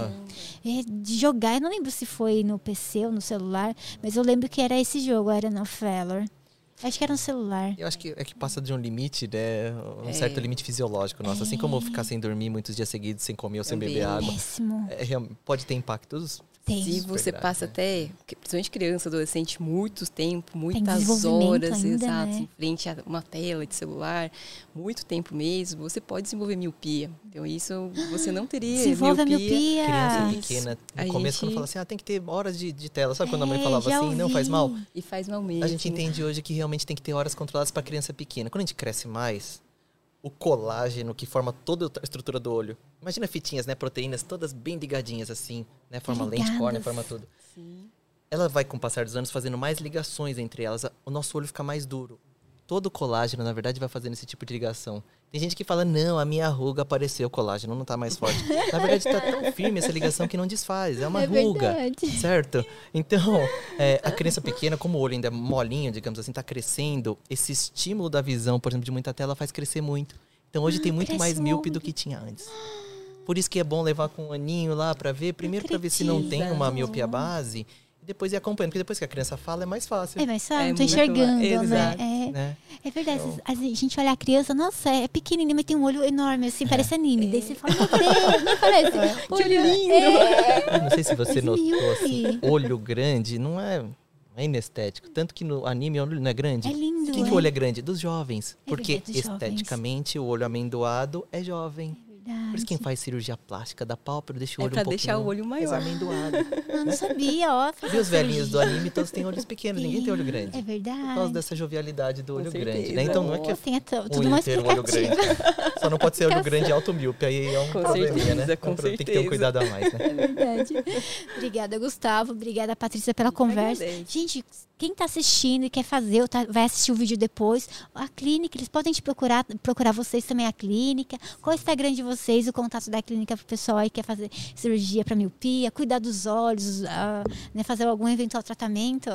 De jogar, eu não lembro se foi no PC ou no celular, mas eu lembro que era esse jogo, Arena of Valor. Acho que era no celular. Eu acho que passa de um limite, né? Um certo limite fisiológico nosso. Assim como ficar sem dormir muitos dias seguidos, sem comer ou sem beber água. Péssimo. Pode ter impactos. Tem. Se você grave, passa né? até, principalmente criança, adolescente, muito tempo, muitas desenvolvimento horas, ainda, exato, né? em frente a uma tela de celular, muito tempo mesmo, você pode desenvolver miopia. Então isso você não teria Desenvolve a miopia. miopia. Criança Isso. pequena, A no começo, gente- quando fala assim, tem que ter horas de tela. Sabe quando a mãe falava já assim, não faz mal? ouvi. E faz mal mesmo. A gente entende hoje que realmente tem que ter horas controladas para criança pequena. Quando a gente cresce mais, o colágeno que forma toda a estrutura do olho. Imagina fitinhas, né? Proteínas todas bem ligadinhas assim, né? Forma lente, Ligadas. córnea, forma tudo. Sim. Ela vai, com o passar dos anos, fazendo mais ligações entre elas. O nosso olho fica mais duro. Todo o colágeno, na verdade, vai fazendo esse tipo de ligação. Tem gente que fala, não, a minha ruga apareceu, o colágeno não tá mais forte. Na verdade, tá tão firme essa ligação que não desfaz. É uma ruga, verdade. certo? Então, a criança pequena, como o olho ainda é molinho, digamos assim, tá crescendo, esse estímulo da visão, por exemplo, de muita tela, faz crescer muito. Então, hoje tem muito cresce mais o míope do olho. que tinha antes. Por isso que é bom levar com um aninho lá pra ver. Primeiro pra ver se não tem uma acredito. miopia base. E depois ir acompanhando. Porque depois que a criança fala, é mais fácil. É, mas sabe, É não tô muito enxergando, né? exato. Né? É verdade. A gente olha a criança, nossa, é pequenininha, mas tem um olho enorme, assim, parece anime. Daí você fala, meu Deus, nem parece. Que lindo! Eu não sei se você Mas notou, míope. assim, olho grande não é inestético. Tanto que no anime o olho não é grande. É lindo, Quem que é. o olho é grande? Dos jovens. É Porque verdade, dos jovens. esteticamente o olho amendoado é jovem. Por isso quem Verdade. faz cirurgia plástica da pálpebra deixa o É olho pra um pouquinho deixar o olho maior. mais amendoado. Eu não sabia, ó. Viu os velhinhos do anime? Todos têm olhos pequenos, ninguém tem olho grande. É Por causa verdade. dessa jovialidade do Com olho certeza. grande, né? Então não é que Tem tudo o uma inteiro olho explicativa. grande. Só não pode ser olho grande e alto míope, aí é um Com probleminha, certeza, né? com Tem que ter um certeza. cuidado a mais, né? É verdade. Obrigada, Gustavo. Obrigada, Patrícia, pela conversa. agradeço. Gente, quem está assistindo e quer fazer, ou vai assistir o vídeo depois, a clínica, eles podem te procurar vocês também, a clínica. Qual é o Instagram de vocês, o contato da clínica para o pessoal aí que quer fazer cirurgia para miopia, cuidar dos olhos, né, fazer algum eventual tratamento?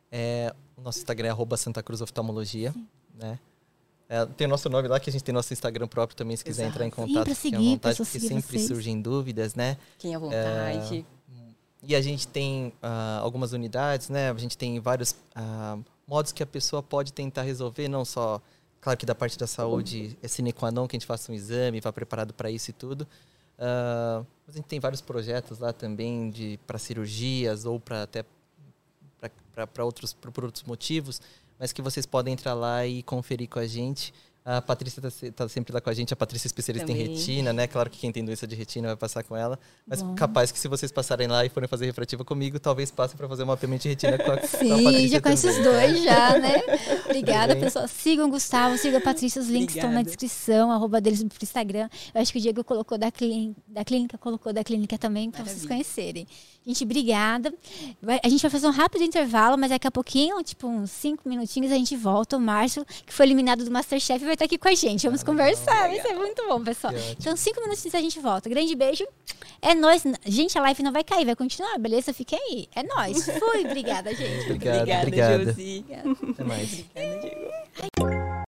O nosso Instagram é @Santa Cruz Oftalmologia, né? Tem o nosso nome lá, que a gente tem nosso Instagram próprio também, se quiser entrar em contato. pra fiquem à seguir, vontade, pra porque seguir sempre vocês. surgem dúvidas, né? Quem à vontade. E a gente tem algumas unidades, né? A gente tem vários modos que a pessoa pode tentar resolver, não só, claro que da parte da saúde é sine qua non que a gente faça um exame, vá preparado para isso e tudo. Mas a gente tem vários projetos lá também para cirurgias ou até por outros motivos, mas que vocês podem entrar lá e conferir com a gente. A Patrícia tá sempre lá com a gente, a Patrícia é especialista em Também. retina, né? Claro que quem tem doença de retina vai passar com ela. Mas Bom. capaz que se vocês passarem lá e forem fazer refrativa comigo, talvez passem para fazer um mapeamento de retina com a Sim, Patrícia já conheço os também, tá? dois já, né? Obrigada, bem? pessoal. Sigam o Gustavo, sigam a Patrícia, os links estão na Obrigada. descrição, @deles pro Instagram. Eu acho que o Diego colocou da clínica, colocou da clínica também, para vocês Maravilha. conhecerem. Gente, obrigada. A gente vai fazer um rápido intervalo, mas daqui a pouquinho, tipo uns 5 minutinhos, a gente volta. O Márcio, que foi eliminado do Masterchef, vai estar aqui com a gente. Vamos conversar, vai ser muito bom, pessoal. Que ótimo. Então, 5 minutinhos a gente volta. Grande beijo. É nóis. Gente, a live não vai cair, vai continuar, beleza? Fiquem aí. É nóis. Fui, obrigada, gente. Obrigado, Obrigada, obrigado. Josi. Até mais. Obrigada, Diego.